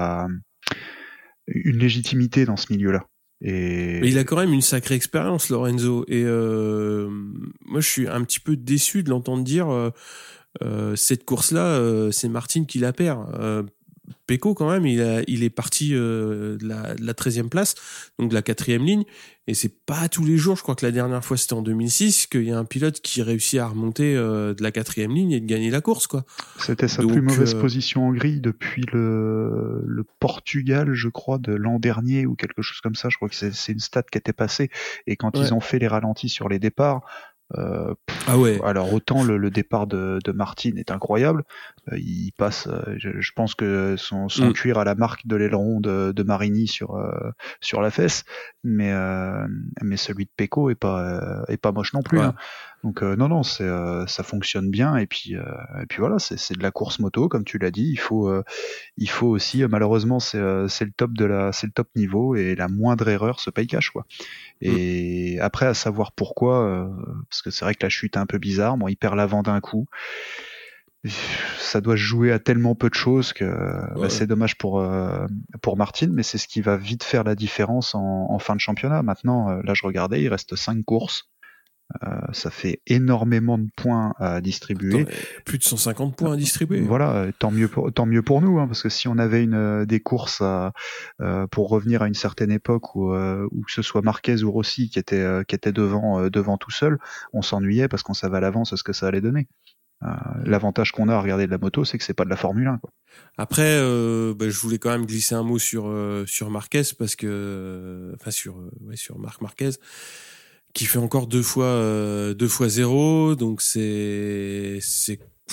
une légitimité dans ce milieu-là. Mais il a quand même une sacrée expérience, Lorenzo, et moi je suis un petit peu déçu de l'entendre dire cette course-là, c'est Martin qui la perd. Pecco, quand même, il est parti de la 13e place, donc de la 4e ligne, et c'est pas tous les jours, je crois que la dernière fois c'était en 2006, qu'il y a un pilote qui réussit à remonter de la 4e ligne et de gagner la course, quoi. C'était sa plus mauvaise position en grille depuis le Portugal, je crois, de l'an dernier, ou quelque chose comme ça. Je crois que c'est une stat qui était passée, et quand ils ont fait les ralentis sur les départs, ah ouais. Alors autant le départ de Martin est incroyable, il passe, je pense que son cuir a la marque de l'aileron de Marini sur la fesse, mais celui de Pecco est pas moche non plus. Ouais. Hein. Donc non, ça fonctionne bien, et puis voilà, c'est de la course moto comme tu l'as dit. Il faut aussi, malheureusement c'est le top niveau, et la moindre erreur se paye cash quoi. Et après, à savoir pourquoi, parce que c'est vrai que la chute est un peu bizarre. Bon, il perd l'avant d'un coup. Ça doit se jouer à tellement peu de choses que c'est dommage pour Martin, mais c'est ce qui va vite faire la différence en fin de championnat. Maintenant, là, je regardais, il reste 5 courses. Ça fait énormément de points à distribuer. Attends, plus de 150 points à distribuer. Voilà, tant mieux pour nous, hein, parce que si on avait des courses pour revenir à une certaine époque où que ce soit Marquez ou Rossi qui était devant tout seul, on s'ennuyait parce qu'on savait à l'avance ce que ça allait donner. L'avantage qu'on a à regarder de la moto, c'est que c'est pas de la Formule 1 quoi. Après je voulais quand même glisser un mot sur Marquez, parce que sur Marc Marquez, qui fait encore 2 fois 0, donc je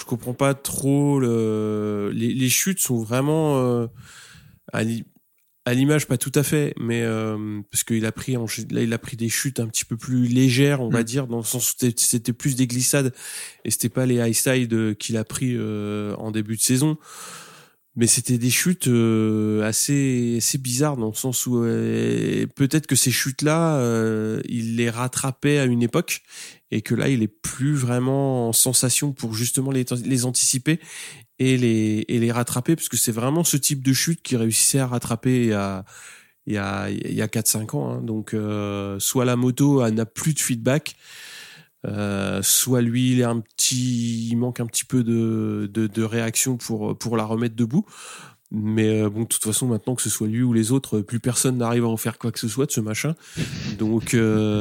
comprends pas trop les chutes sont vraiment à l'image, pas tout à fait, mais parce qu'il a pris là, il a pris des chutes un petit peu plus légères, on va dire, dans le sens où c'était plus des glissades et c'était pas les high side qu'il a pris en début de saison. Mais c'était des chutes assez bizarres dans le sens où peut-être que ces chutes-là, il les rattrapait à une époque et que là, il est plus vraiment en sensation pour justement les anticiper et les rattraper, parce que c'est vraiment ce type de chute qui réussissait à rattraper il y a 4-5 ans. Hein. Donc, soit la moto n'a plus de feedback, soit lui il manque un petit peu de réaction pour la remettre debout. Mais bon, de toute façon, maintenant que ce soit lui ou les autres, plus personne n'arrive à en faire quoi que ce soit de ce machin. Donc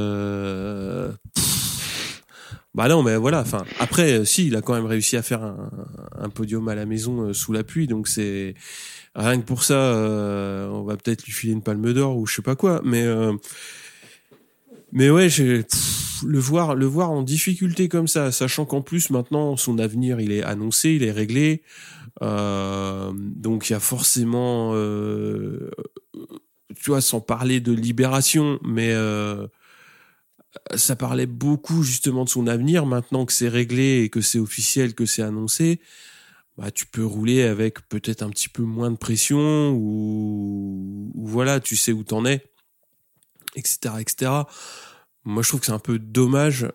bah non, mais voilà. Enfin, après, si, il a quand même réussi à faire un podium à la maison sous la pluie, donc c'est rien que pour ça, on va peut-être lui filer une palme d'or ou je sais pas quoi. Mais ouais, le voir en difficulté comme ça, sachant qu'en plus maintenant son avenir il est annoncé, il est réglé, donc il y a forcément, tu vois, sans parler de libération, mais ça parlait beaucoup justement de son avenir. Maintenant que c'est réglé et que c'est officiel, que c'est annoncé, bah tu peux rouler avec peut-être un petit peu moins de pression ou voilà, tu sais où t'en es, etc., etc. Moi, je trouve que c'est un peu dommage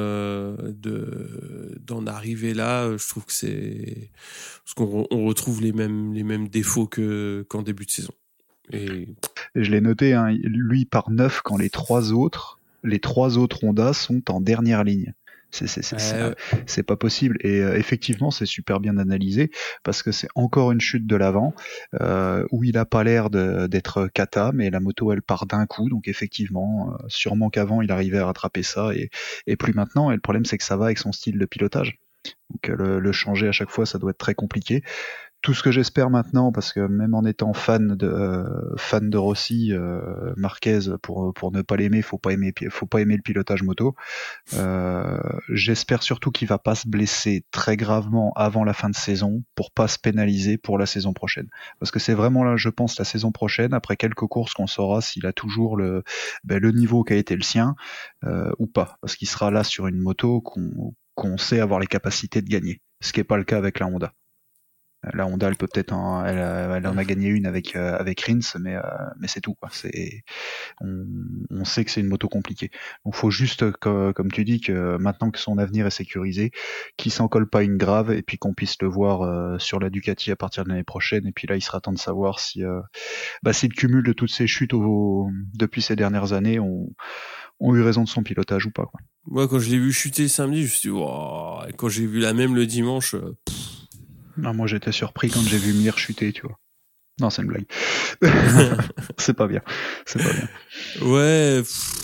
d'en arriver là. Je trouve que c'est parce qu'on retrouve les mêmes défauts qu'en début de saison. Et je l'ai noté, hein, lui part 9 quand les trois autres Honda sont en dernière ligne. C'est pas possible. Et effectivement, c'est super bien analysé parce que c'est encore une chute de l'avant où il a pas l'air d'être kata, mais la moto elle part d'un coup. Donc effectivement, sûrement qu'avant il arrivait à rattraper ça et plus maintenant. Et le problème c'est que ça va avec son style de pilotage. Donc le changer à chaque fois, ça doit être très compliqué. Tout ce que j'espère maintenant, parce que même en étant fan de Rossi, Marquez, pour ne pas l'aimer, faut pas aimer le pilotage moto. J'espère surtout qu'il va pas se blesser très gravement avant la fin de saison pour pas se pénaliser pour la saison prochaine. Parce que c'est vraiment là, je pense, la saison prochaine, après quelques courses, qu'on saura s'il a toujours le niveau qui a été le sien ou pas. Parce qu'il sera là sur une moto qu'on sait avoir les capacités de gagner. Ce qui est pas le cas avec la Honda. La Honda, elle peut peut-être elle en a gagné une avec Rins, mais c'est tout, quoi. On sait que c'est une moto compliquée. Donc faut juste comme tu dis, que maintenant que son avenir est sécurisé, qu'il s'en colle pas une grave et puis qu'on puisse le voir sur la Ducati à partir de l'année prochaine. Et puis là, il sera temps de savoir si le cumul de toutes ces chutes depuis ces dernières années ont eu raison de son pilotage ou pas, quoi. Moi, quand je l'ai vu chuter samedi, je me suis dit, wow. Et quand j'ai vu la même le dimanche. Non, moi j'étais surpris quand j'ai vu Mir chuter, tu vois. Non, c'est une blague. C'est pas bien. Ouais.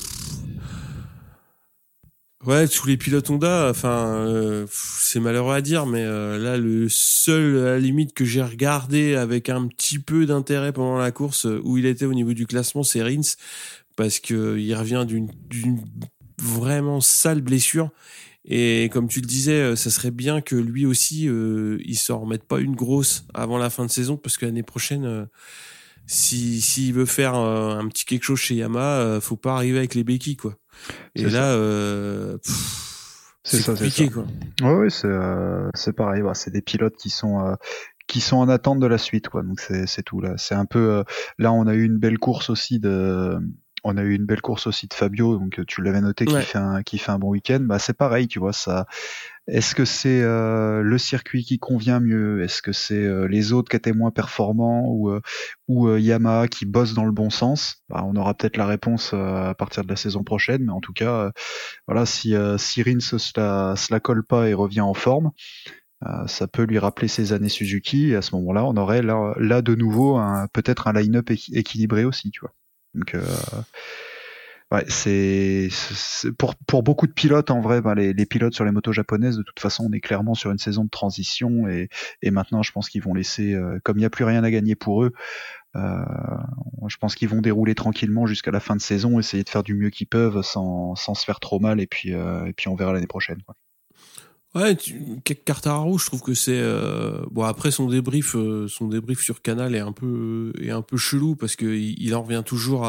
Ouais, tous les pilotes Honda, enfin, c'est malheureux à dire, mais là, le seul, à la limite, que j'ai regardé avec un petit peu d'intérêt pendant la course, où il était au niveau du classement, c'est Rins, parce que il revient d'une vraiment sale blessure. Et comme tu le disais, ça serait bien que lui aussi, il s'en remette pas une grosse avant la fin de saison, parce que l'année prochaine, s'il veut faire un petit quelque chose chez Yamaha, faut pas arriver avec les béquilles, quoi. Et c'est là, c'est compliqué, ça. quoi. Ouais, c'est pareil. Bah, c'est des pilotes qui sont en attente de la suite, quoi. Donc c'est tout là. C'est un peu là, on a eu une belle course aussi de Fabio, donc tu l'avais noté, Ouais. qui fait un bon week-end. Bah c'est pareil, tu vois, ça. Est-ce que c'est le circuit qui convient mieux? Est-ce que c'est les autres qui étaient moins performants ou Yamaha qui bosse dans le bon sens? Bah, on aura peut-être la réponse à partir de la saison prochaine, mais en tout cas, voilà, si Rins se la colle pas et revient en forme, ça peut lui rappeler ses années Suzuki, et à ce moment-là, on aurait là de nouveau peut-être un line-up équilibré aussi, tu vois. Donc ouais, c'est pour beaucoup de pilotes en vrai, les pilotes sur les motos japonaises, de toute façon, on est clairement sur une saison de transition et maintenant, je pense qu'ils vont laisser, comme il n'y a plus rien à gagner pour eux, je pense qu'ils vont dérouler tranquillement jusqu'à la fin de saison, essayer de faire du mieux qu'ils peuvent sans se faire trop mal et puis on verra l'année prochaine, quoi. Ouais, Quartararo, je trouve que c'est bon, après son débrief sur Canal est un peu chelou parce que il en revient toujours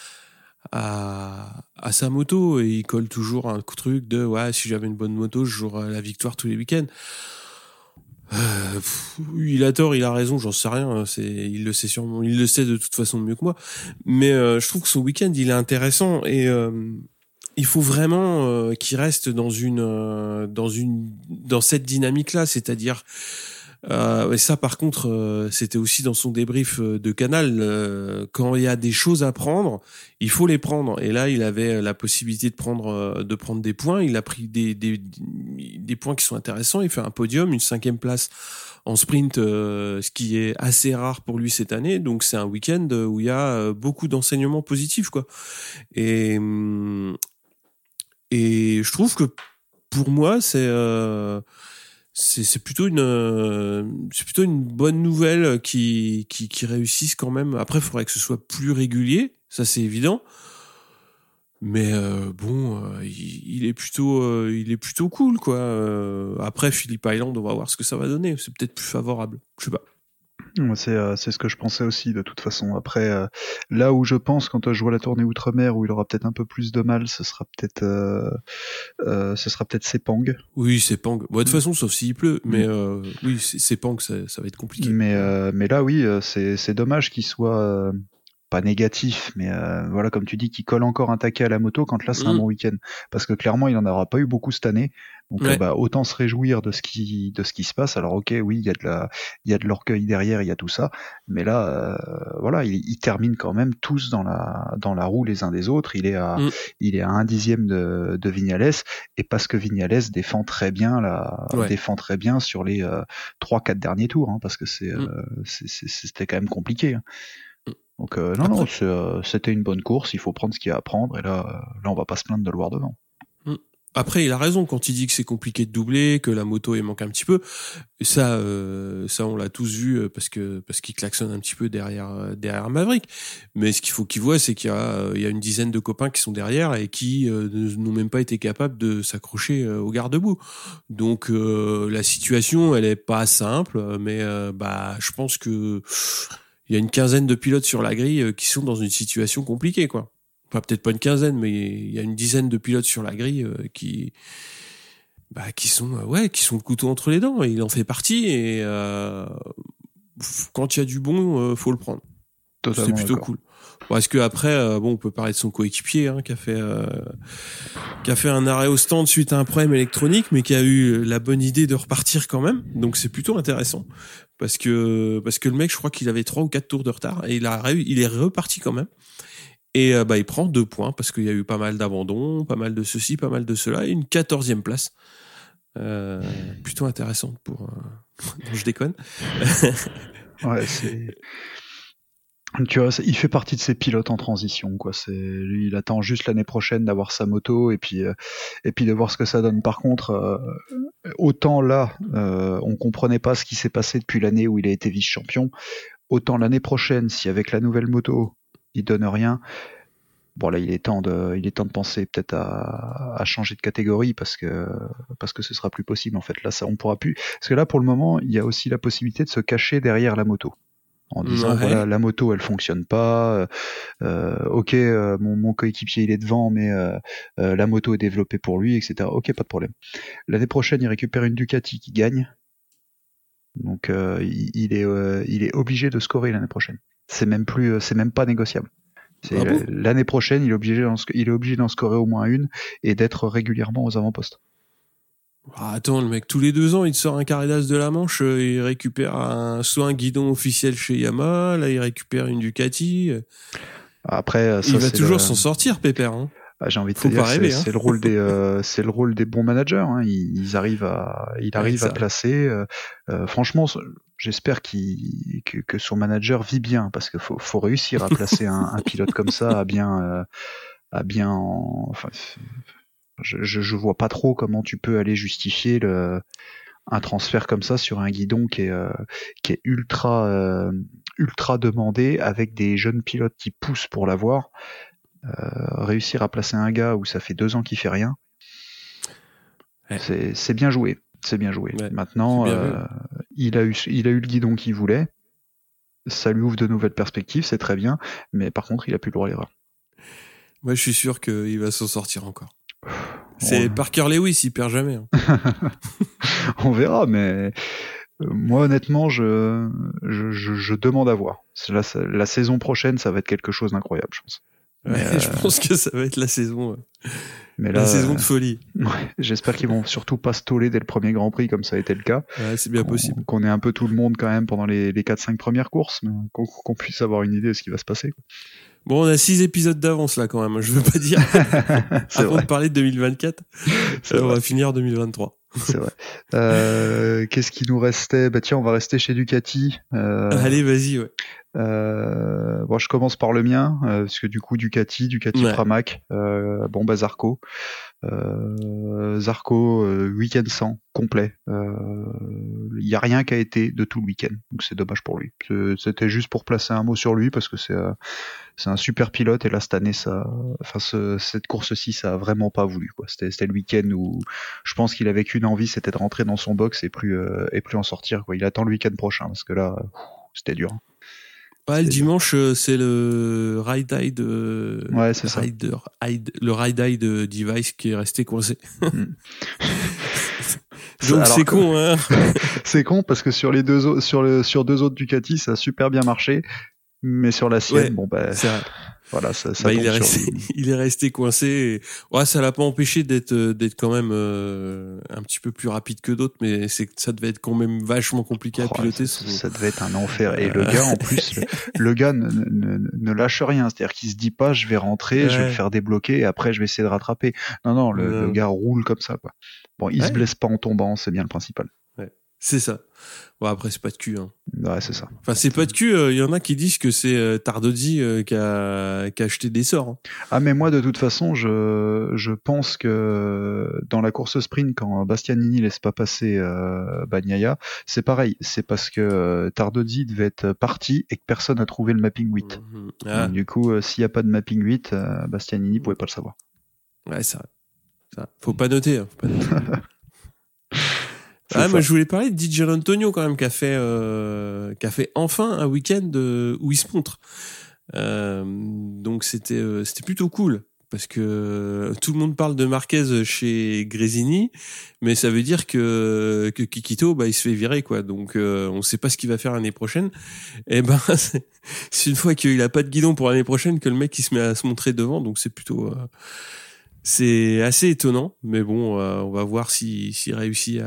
à sa moto et il colle toujours un truc de ouais, si j'avais une bonne moto, je jouerais la victoire tous les week-ends. Il a tort, il a raison, j'en sais rien. Il le sait sûrement, il le sait de toute façon mieux que moi. Mais je trouve que son week-end il est intéressant et il faut vraiment qu'il reste dans cette dynamique-là, c'est-à-dire et ça par contre c'était aussi dans son débrief de Canal, quand il y a des choses à prendre, il faut les prendre. Et là, il avait la possibilité de prendre des points. Il a pris des points qui sont intéressants. Il fait un podium, une 5e place en sprint, ce qui est assez rare pour lui cette année. Donc c'est un week-end où il y a beaucoup d'enseignements positifs, quoi. Et je trouve que pour moi c'est plutôt une bonne nouvelle qui réussisse quand même. Après, il faudrait que ce soit plus régulier, ça c'est évident. Mais bon, il est plutôt cool, quoi. Après Phillip Island, on va voir ce que ça va donner. C'est peut-être plus favorable. Je sais pas. C'est ce que je pensais aussi de toute façon. Après, là où je pense quand je vois la tournée outre-mer où il aura peut-être un peu plus de mal, ce sera peut-être Sepang. Oui, Sepang. Bon, de toute façon, sauf s'il pleut, mais oui, Sepang, ça va être compliqué. Mais là, oui, c'est dommage qu'il soit pas négatif, mais voilà, comme tu dis, qu'il colle encore un taquet à la moto quand là c'est un bon week-end, parce que clairement il en aura pas eu beaucoup cette année, donc autant se réjouir de ce qui se passe. Alors ok, oui, il y a de l'orgueil derrière, il y a tout ça, mais là voilà, il termine quand même tous dans la roue les uns des autres. Il est à 1/10 de Viñales, et parce que Viñales défend très bien sur les 3-4 derniers tours, hein, parce que c'était quand même compliqué, hein. Donc non, c'était une bonne course, il faut prendre ce qu'il y a à prendre, et là on va pas se plaindre de le voir devant. Après, il a raison quand il dit que c'est compliqué de doubler, que la moto il manque un petit peu. Ça on l'a tous vu parce qu'il klaxonne un petit peu derrière Maverick. Mais ce qu'il faut qu'il voit, c'est qu'il y a une dizaine de copains qui sont derrière et qui n'ont même pas été capables de s'accrocher au garde-boue. Donc la situation, elle est pas simple, mais je pense que il y a une quinzaine de pilotes sur la grille qui sont dans une situation compliquée, quoi. Enfin, peut-être pas une quinzaine, mais il y a une dizaine de pilotes sur la grille qui sont le couteau entre les dents. Et il en fait partie. Et quand il y a du bon, faut le prendre. Totalement, c'est plutôt d'accord. cool. Parce que après, on peut parler de son coéquipier, hein, qui a fait un arrêt au stand suite à un problème électronique, mais qui a eu la bonne idée de repartir quand même. Donc c'est plutôt intéressant. Parce que le mec, je crois qu'il avait 3 ou 4 tours de retard et il est reparti quand même. Et il prend 2 points parce qu'il y a eu pas mal d'abandons, pas mal de ceci, pas mal de cela, et une 14e place. Plutôt intéressante pour... Non, je déconne. Ouais, tu vois, il fait partie de ces pilotes en transition, quoi. Lui, il attend juste l'année prochaine d'avoir sa moto et puis de voir ce que ça donne. Par contre, autant là, on comprenait pas ce qui s'est passé depuis l'année où il a été vice-champion. Autant l'année prochaine, si avec la nouvelle moto, il donne rien. Bon, là, il est temps de penser peut-être à changer de catégorie parce que ce sera plus possible, en fait. Là, ça, on pourra plus. Parce que là, pour le moment, il y a aussi la possibilité de se cacher derrière la moto. En disant, voilà, la moto, elle fonctionne pas. Ok, mon coéquipier, il est devant, mais la moto est développée pour lui, etc. Ok, pas de problème. L'année prochaine, il récupère une Ducati qui gagne. Donc, il est obligé de scorer l'année prochaine. C'est même pas négociable. L'année prochaine, il est obligé d'en scorer au moins une et d'être régulièrement aux avant-postes. Attends, le mec, tous les 2 ans, il te sort un carré d'as de la Manche, il récupère soit un guidon officiel chez Yamaha, là, il récupère une Ducati. Après, ça, il va toujours s'en sortir, Pépère. Hein. J'ai envie de te dire, c'est le rôle des bons managers. Hein. Il arrive à placer. Franchement, j'espère que son manager vit bien, parce qu'il faut réussir à placer un pilote comme ça, enfin, je vois pas trop comment tu peux aller justifier un transfert comme ça sur un guidon qui est ultra demandé, avec des jeunes pilotes qui poussent pour l'avoir. Réussir à placer un gars où ça fait 2 ans qu'il fait rien, c'est bien joué. C'est bien joué. Ouais, Maintenant, c'est bien vu. il a eu le guidon qu'il voulait. Ça lui ouvre de nouvelles perspectives, c'est très bien. Mais par contre, il a plus le droit à l'erreur. Moi, je suis sûr qu'il va s'en sortir encore. C'est Parker Lewis, il perd jamais. Hein. On verra, mais moi, honnêtement, je demande à voir. La saison prochaine, ça va être quelque chose d'incroyable, je pense. Ouais, je pense que ça va être la saison. Mais là, la saison de folie. Ouais, j'espère qu'ils vont surtout pas se toller dès le premier Grand Prix comme ça a été le cas. Ouais, c'est bien possible. Qu'on ait un peu tout le monde quand même pendant les 4-5 premières courses, mais qu'on puisse avoir une idée de ce qui va se passer. Bon, on a 6 épisodes d'avance là quand même, je veux pas dire. Avant de parler de 2024, on va finir 2023. C'est vrai. Qu'est-ce qui nous restait? Bah tiens, on va rester chez Ducati. Allez, vas-y, ouais. Bon, je commence par le mien, parce que du coup Ducati Ouais. Pramac, Zarco. Zarco, week-end 100 complet. Il y a rien qui a été de tout le week-end, donc c'est dommage pour lui. C'était juste pour placer un mot sur lui parce que c'est un super pilote et là cette année cette course-ci ça a vraiment pas voulu quoi. C'était le week-end où je pense qu'il avait qu'une envie, c'était de rentrer dans son box et plus en sortir quoi. Il attend le week-end prochain parce que là c'était dur. Ouais, le dimanche, c'est le Ride Eye ouais, c'est ça. Le Ride Eye de Device qui est resté coincé. Donc alors c'est con, hein. C'est con parce que sur deux autres Ducati, ça a super bien marché, mais sur la sienne, ouais, c'est vrai. Voilà, ça il est resté coincé. Et... Ouais, ça l'a pas empêché d'être quand même un petit peu plus rapide que d'autres, mais ça devait être quand même vachement compliqué à piloter. Ça devait être un enfer. Et le gars, en plus, le gars ne lâche rien. C'est-à-dire qu'il se dit pas, je vais rentrer, je vais le faire débloquer et après je vais essayer de rattraper. Non, le gars roule comme ça, quoi. Bon, il se blesse pas en tombant, c'est bien le principal. Ouais, c'est ça. Bon, après, c'est pas de cul, hein. Ouais, c'est ça. Enfin, c'est pas de cul, y en a qui disent que c'est Tardozzi qui a acheté des sorts. Hein. Ah, mais moi, de toute façon, je pense que dans la course sprint, quand Bastianini laisse pas passer Bagnaia, c'est pareil. C'est parce que Tardozzi devait être parti et que personne n'a trouvé le mapping 8. Ah. Donc, du coup, s'il n'y a pas de mapping 8, Bastianini pouvait pas le savoir. Ouais, c'est vrai. Ça. Faut pas noter. Hein. Faut pas noter. Moi je voulais parler de Di Giannantonio quand même qui a fait enfin un week-end où il se montre. Donc c'était plutôt cool parce que tout le monde parle de Marquez chez Gresini, mais ça veut dire que Kikito il se fait virer quoi. Donc on sait pas ce qu'il va faire l'année prochaine. Et ben c'est une fois qu'il a pas de guidon pour l'année prochaine que le mec il se met à se montrer devant. Donc c'est plutôt c'est assez étonnant, mais bon, on va voir s'il réussit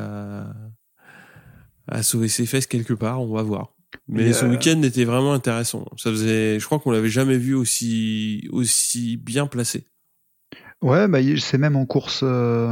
à sauver ses fesses quelque part, on va voir. Mais ce week-end était vraiment intéressant. Je crois qu'on l'avait jamais vu aussi bien placé. Ouais, c'est même en course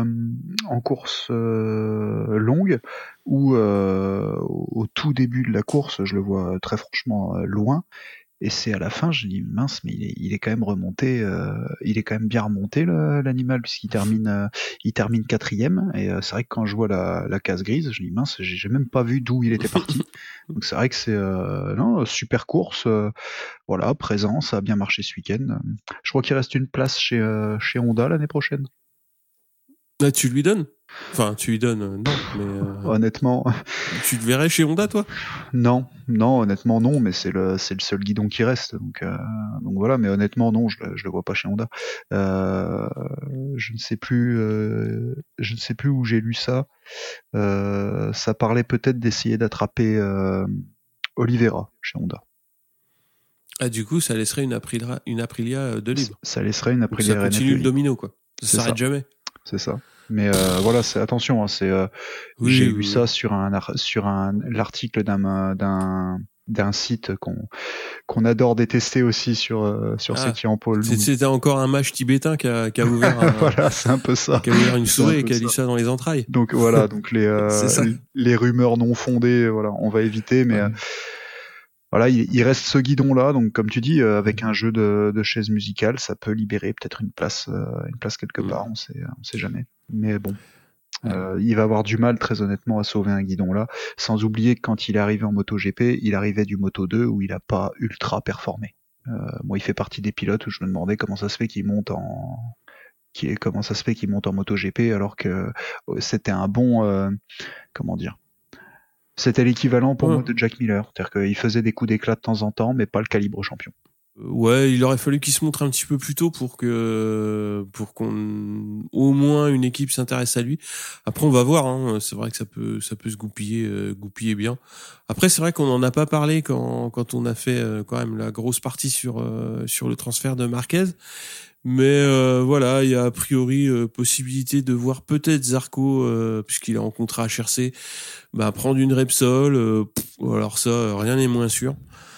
longue où au tout début de la course, je le vois très franchement loin. Et c'est à la fin, je dis mince, mais il est quand même remonté, il est quand même bien remonté l'animal puisqu'il termine 4e. Et c'est vrai que quand je vois la case grise, je dis mince, j'ai même pas vu d'où il était parti. Donc c'est vrai que c'est super course, voilà, présent, ça a bien marché ce week-end. Je crois qu'il reste une place chez Honda l'année prochaine. Là, tu lui donnes? Enfin, tu lui donnes, non, mais... Honnêtement... Tu te verrais chez Honda, toi? Non, honnêtement, non, mais c'est le seul guidon qui reste, donc voilà, mais honnêtement, non, je le vois pas chez Honda. Je ne sais plus où j'ai lu ça. Ça parlait peut-être d'essayer d'attraper Oliveira chez Honda. Ah, du coup, ça laisserait une Aprilia de libre. Ça laisserait une Aprilia RNF. Ça continue le domino, quoi. Ça s'arrête jamais. C'est ça. Mais voilà, attention, j'ai lu ça sur l'article d'un site qu'on adore détester aussi sur Séti en pôle. C'était encore un mage tibétain qui a ouvert voilà, c'est un peu ça. Qui a ouvert une souris et qui a dit ça dans les entrailles. Donc voilà, donc les rumeurs non fondées, voilà, on va éviter, mais voilà, il reste ce guidon-là, donc comme tu dis, avec un jeu de chaises musicales, ça peut libérer peut-être une place quelque part, on sait jamais. Mais bon, il va avoir du mal, très honnêtement, à sauver un guidon-là, sans oublier que quand il est arrivé en MotoGP, il arrivait du Moto2 où il a pas ultra performé. Moi, il fait partie des pilotes où je me demandais comment ça se fait qu'il monte comment ça se fait qu'il monte en MotoGP alors que c'était un bon, comment dire, c'était l'équivalent pour moi de Jack Miller, c'est-à-dire qu'il faisait des coups d'éclat de temps en temps, mais pas le calibre champion. Ouais, il aurait fallu qu'il se montre un petit peu plus tôt pour qu'on au moins une équipe s'intéresse à lui. Après on va voir, hein. C'est vrai que ça peut se goupiller bien. Après c'est vrai qu'on en a pas parlé quand on a fait quand même la grosse partie sur le transfert de Marquez. Mais voilà, il y a a priori possibilité de voir peut-être Zarco puisqu'il est en contrat HRC, prendre une Repsol. Alors ça, rien n'est moins sûr.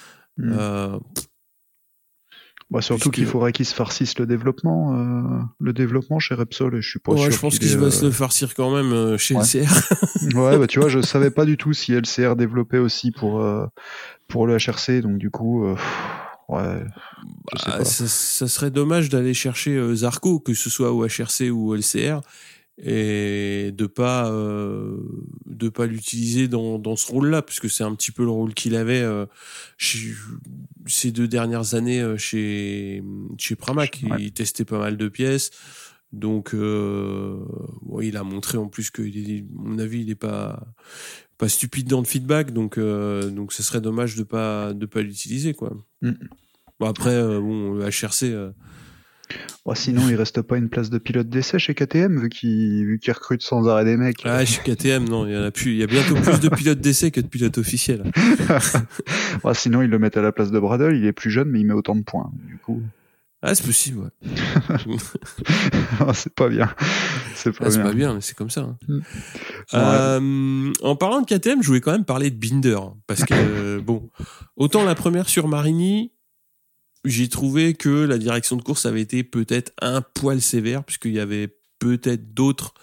Surtout qu'il faudrait qu'il se farcisse le développement chez Repsol, et je suis pas sûr. Je pense qu'il va se le farcir quand même chez LCR. Ouais, tu vois, je savais pas du tout si LCR développait aussi pour le HRC, donc du coup, ouais, je sais pas. Ça serait dommage d'aller chercher Zarco, que ce soit au HRC ou au LCR, et de pas l'utiliser dans ce rôle-là, puisque c'est un petit peu le rôle qu'il avait ces 2 dernières années chez Pramac. Ouais. Il testait pas mal de pièces, donc il a montré en plus que à mon avis il est pas stupide dans le feedback, donc ce serait dommage de pas l'utiliser, quoi. Bon, après le HRC sinon, il reste pas une place de pilote d'essai chez KTM, vu qu'il recrute sans arrêt des mecs. Chez KTM, non, il y en a plus. Il y a bientôt plus de pilotes d'essai que de pilotes officiels. Sinon, ils le mettent à la place de Bradle. Il est plus jeune, mais il met autant de points. Du coup. C'est possible, ouais. C'est pas bien. C'est pas bien, mais c'est comme ça. En parlant de KTM, je voulais quand même parler de Binder, parce que autant la première sur Marini, j'ai trouvé que la direction de course avait été peut-être un poil sévère, puisqu'il y avait peut-être d'autres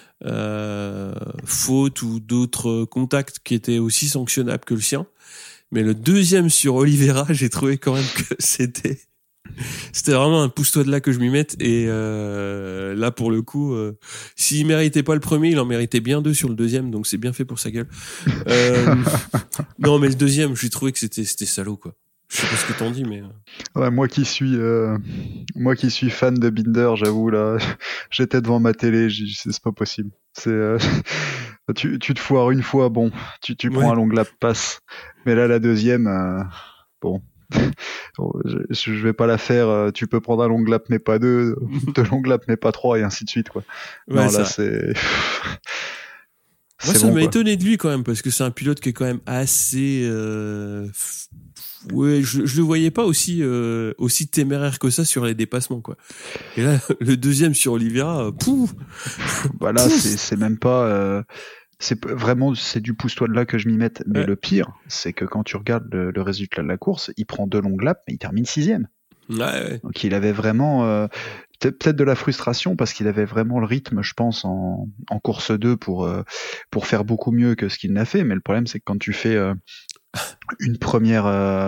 fautes ou d'autres contacts qui étaient aussi sanctionnables que le sien. Mais le deuxième sur Oliveira, j'ai trouvé quand même que c'était vraiment un pousse-toi de là que je m'y mette. Et là, pour le coup, s'il méritait pas le premier, il en méritait bien 2 sur le deuxième, donc c'est bien fait pour sa gueule. Non, mais le deuxième, j'ai trouvé que c'était salaud, quoi. Je sais pas ce que t'en dis, mais ouais, moi qui suis fan de Binder, j'avoue, là, j'étais devant ma télé, c'est pas possible. C'est tu te foires une fois, bon, tu prends un long lap, passe. Mais là, la deuxième, bon, je vais pas la faire. Tu peux prendre un long lap mais pas 2 long lap mais pas 3, et ainsi de suite, quoi. Ouais, non, là c'est. Moi, ça m'a étonné de lui quand même, parce que c'est un pilote qui est quand même assez. Ouais, je le voyais pas aussi téméraire que ça sur les dépassements, quoi. Et là, le deuxième sur Oliveira, pouf. Là, c'est même pas. C'est vraiment, c'est du pousse-toi de là que je m'y mette. Mais le pire, c'est que quand tu regardes le résultat de la course, il prend 2 longs laps, mais il termine 6e. Ouais. Donc il avait vraiment peut-être de la frustration, parce qu'il avait vraiment le rythme, je pense, en course 2 pour faire beaucoup mieux que ce qu'il n'a fait. Mais le problème, c'est que quand tu fais une première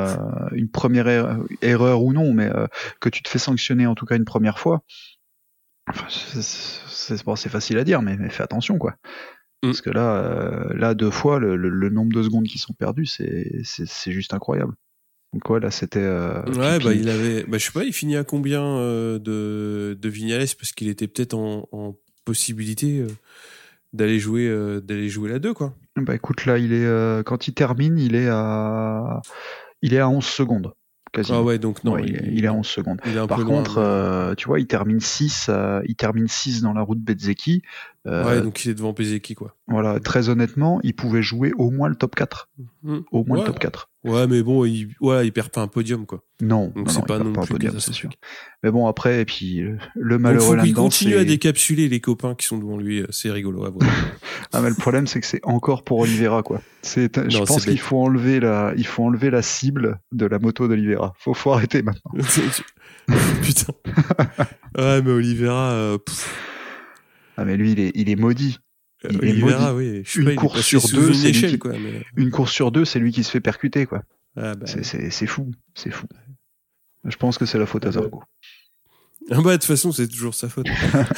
erreur ou non, mais que tu te fais sanctionner en tout cas une première fois, enfin, c'est facile à dire, mais fais attention, quoi. Parce que là 2 fois, le nombre de secondes qui sont perdues, c'est juste incroyable. Donc ouais, là c'était. Il avait, je sais pas, il finit à combien de Viñales, parce qu'il était peut-être en possibilité d'aller jouer la 2, quoi. Écoute, là il est quand il termine, il est à 11 secondes. Quasiment. Ah ouais, donc non, il est à 11 secondes. Par contre, tu vois, il termine 6 dans la route Bezzecchi. Ouais, donc il est devant Bezzecchi, quoi. Voilà, très honnêtement, il pouvait jouer au moins le top 4. Au moins le top 4. Ouais, mais bon, il perd pas un podium, quoi. Non, donc c'est pas non plus un podium, c'est sûr. Mais bon, après, et puis le malheureux là-dedans, donc, il continue à décapsuler les copains qui sont devant lui, c'est rigolo à voir. Mais le problème, c'est que c'est encore pour Oliveira, quoi. Je pense qu'il faut enlever la cible de la moto d'Oliveira. Faut arrêter maintenant. Putain. Ouais, mais Oliveira. Mais lui, il est maudit. Oliveira, oui. Une course sur 2, une course sur 2, c'est lui qui se fait percuter, quoi. C'est fou. Je pense que c'est la faute à Zarco. De toute façon, c'est toujours sa faute.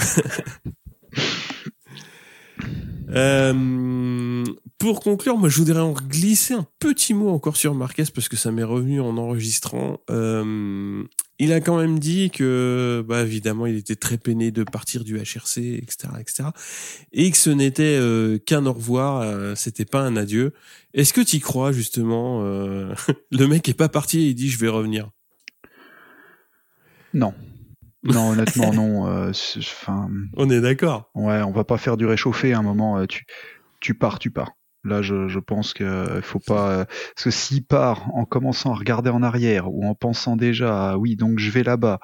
Pour conclure, moi je voudrais en glisser un petit mot encore sur Marquez, parce que ça m'est revenu en enregistrant. il a quand même dit que, bah, évidemment, il était très peiné de partir du HRC, etc., etc., et que ce n'était qu'un au revoir, c'était pas un adieu. Est-ce que tu y crois, justement le mec est pas parti et il dit je vais revenir. Non. Non, honnêtement, non. Enfin, On est d'accord. ouais, on va pas faire du réchauffé à un moment. Tu pars. Là, je pense que faut pas. Parce que s'il part en commençant à regarder en arrière ou en pensant déjà, oui, donc je vais là-bas,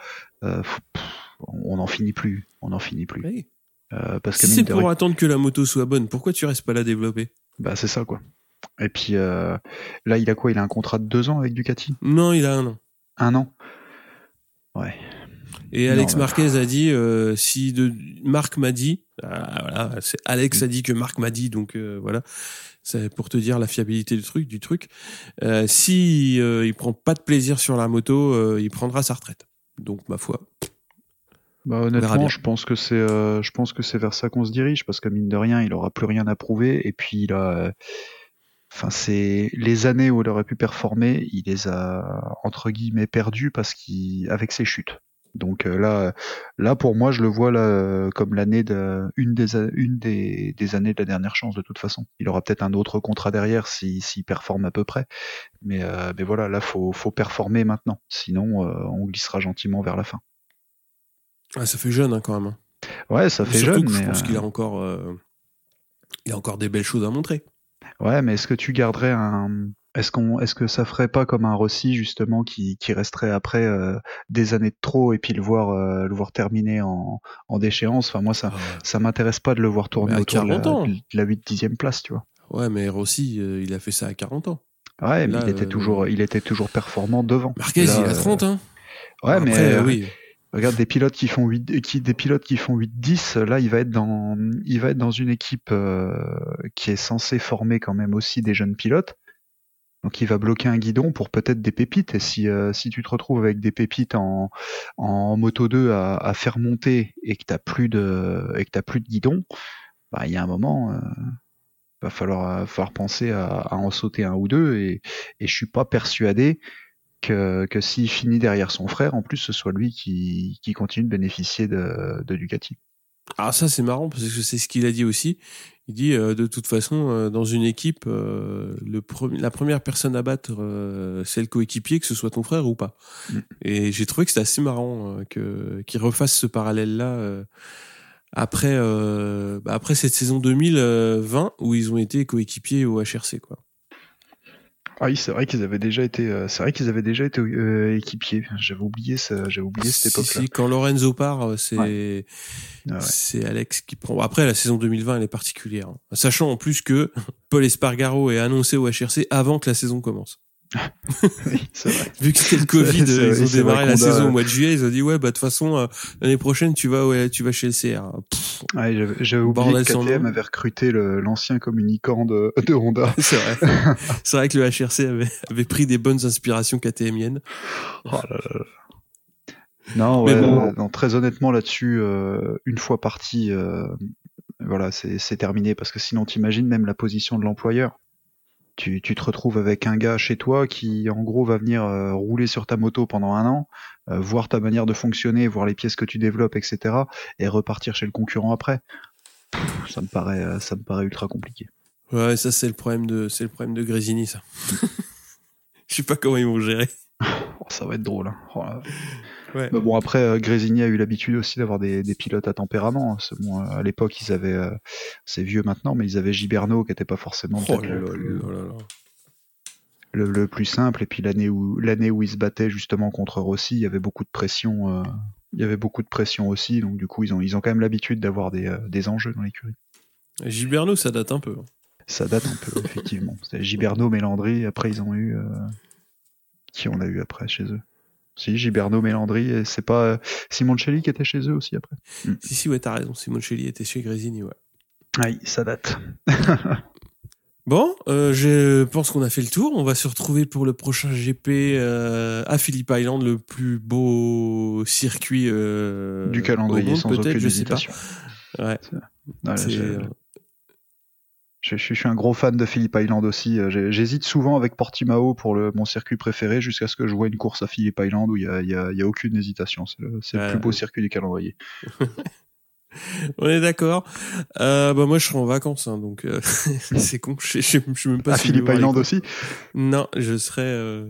on n'en finit plus. Oui. Parce que Si mine c'est de pour attendre que la moto soit bonne, pourquoi tu restes pas là développer? bah c'est ça quoi. Et puis là, il a quoi? Il a un contrat de 2 ans avec Ducati? Non, il a 1 an. 1 an? Ouais. Et Non, Alex Marquez a dit, Marc m'a dit, voilà, c'est Alex a dit que Marc m'a dit, donc voilà, c'est pour te dire la fiabilité du truc. Si il prend pas de plaisir sur la moto, il prendra sa retraite. Donc ma foi. bah honnêtement, je pense que c'est vers ça qu'on se dirige parce que mine de rien, il aura plus rien à prouver et puis il a enfin c'est les années où il aurait pu performer, il les a entre guillemets perdues parce avec ses chutes. Donc là pour moi, je le vois là comme l'année une des années de la dernière chance de toute façon. Il aura peut-être un autre contrat derrière s'il performe à peu près, mais voilà, là faut performer maintenant, sinon on glissera gentiment vers la fin. Ah, ça fait jeune quand même. Ouais, ça fait surtout jeune, que mais je pense qu'il a encore des belles choses à montrer. ouais, mais est-ce que tu garderais est-ce que ça ferait pas comme un Rossi justement qui resterait après des années de trop et puis le voir terminer en déchéance. Enfin moi ça m'intéresse pas de le voir tourner autour de la 8-10e place, tu vois. Ouais, mais Rossi il a fait ça à 40 ans. Ouais, mais il était toujours performant devant. Marquez il a 30 hein. Ouais, après, mais oui. Regarde des pilotes qui font 8-10, là il va être dans une équipe qui est censée former quand même aussi des jeunes pilotes. Donc il va bloquer un guidon pour peut-être des pépites. Et si tu te retrouves avec des pépites en Moto 2 à faire monter et que t'as plus de guidon, bah il y a un moment va falloir penser à en sauter un ou deux et je suis pas persuadé que s'il finit derrière son frère, en plus ce soit lui qui continue de bénéficier de Ducati. Ah ça c'est marrant parce que c'est ce qu'il a dit aussi. Il dit de toute façon dans une équipe la première personne à battre c'est le coéquipier, que ce soit ton frère ou pas. Et j'ai trouvé que c'était assez marrant qu'il refasse ce parallèle là après cette saison 2020 où ils ont été coéquipiers au HRC quoi. Ah oui, c'est vrai qu'ils avaient déjà été équipiers. J'avais oublié cette époque-là. Si, quand Lorenzo part, c'est Alex qui prend. Après, la saison 2020, elle est particulière. Hein. Sachant en plus que Paul Espargaro est annoncé au HRC avant que la saison commence. Oui, c'est vrai. Vu que c'était le Covid, ils ont démarré la saison au mois de juillet, ils ont dit ouais, bah de toute façon l'année prochaine tu vas chez le CR. Ouais, j'avais oublié que KTM avait recruté l'ancien communicant de Honda. C'est vrai. C'est vrai que le HRC avait pris des bonnes inspirations KTMiennes. Oh là là. Non, ouais, non, très honnêtement là-dessus, une fois parti, voilà, c'est terminé parce que sinon t'imagines même la position de l'employeur. Tu te retrouves avec un gars chez toi qui, en gros, va venir rouler sur ta moto pendant 1 an, voir ta manière de fonctionner, voir les pièces que tu développes, etc., et repartir chez le concurrent après. Ça me paraît ultra compliqué. Ouais, ça c'est le problème de Grésini, ça. Je sais pas comment ils vont gérer. Oh, ça va être drôle. Hein. Oh, ouais. Mais bon, après, Grésini a eu l'habitude aussi d'avoir des pilotes à tempérament. Bon, à l'époque, ils avaient, c'est vieux maintenant, mais ils avaient Giberno qui était pas forcément le plus simple. Et puis l'année où ils se battaient justement contre Rossi, il y avait beaucoup de pression. Il y avait beaucoup de pression aussi, donc du coup, ils ont quand même l'habitude d'avoir des enjeux dans l'écurie. Giberno, ça date un peu. Ça date un peu, effectivement. C'était Giberno, Melandri. Après, ils ont eu qui on a eu après chez eux. Si, Giberno, Melandri, et c'est pas Simoncelli qui était chez eux aussi après. Si, ouais, t'as raison. Simoncelli était chez Grésini, ouais. Oui, ça date. Bon, je pense qu'on a fait le tour. On va se retrouver pour le prochain GP à Phillip Island, le plus beau circuit du calendrier, au monde, sans peut-être, aucune je sais pas. hésitation. Ouais. Je suis un gros fan de Phillip Island aussi. J'hésite souvent avec Portimao pour mon circuit préféré jusqu'à ce que je vois une course à Phillip Island où il y a aucune hésitation. C'est le plus beau circuit du calendrier. On est d'accord. Moi, je serai en vacances, hein, donc c'est con. Je suis même pas. À Phillip Island aussi. Non, je serai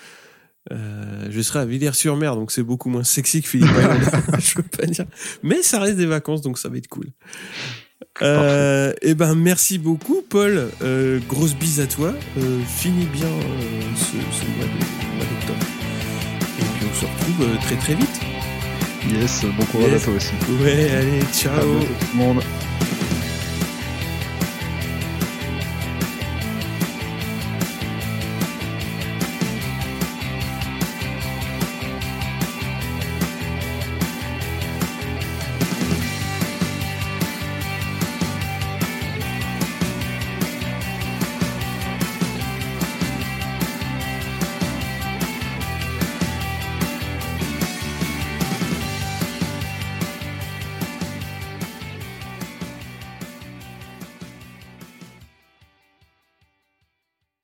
à Villers-sur-Mer, donc c'est beaucoup moins sexy que Phillip Island. Je peux pas dire. Mais ça reste des vacances, donc ça va être cool. Merci beaucoup, Paul. Grosse bise à toi. Finis bien ce mois d'octobre. Et puis on se retrouve très très vite. Yes, bon courage à toi aussi. Ouais, allez, ciao. À bientôt tout le monde.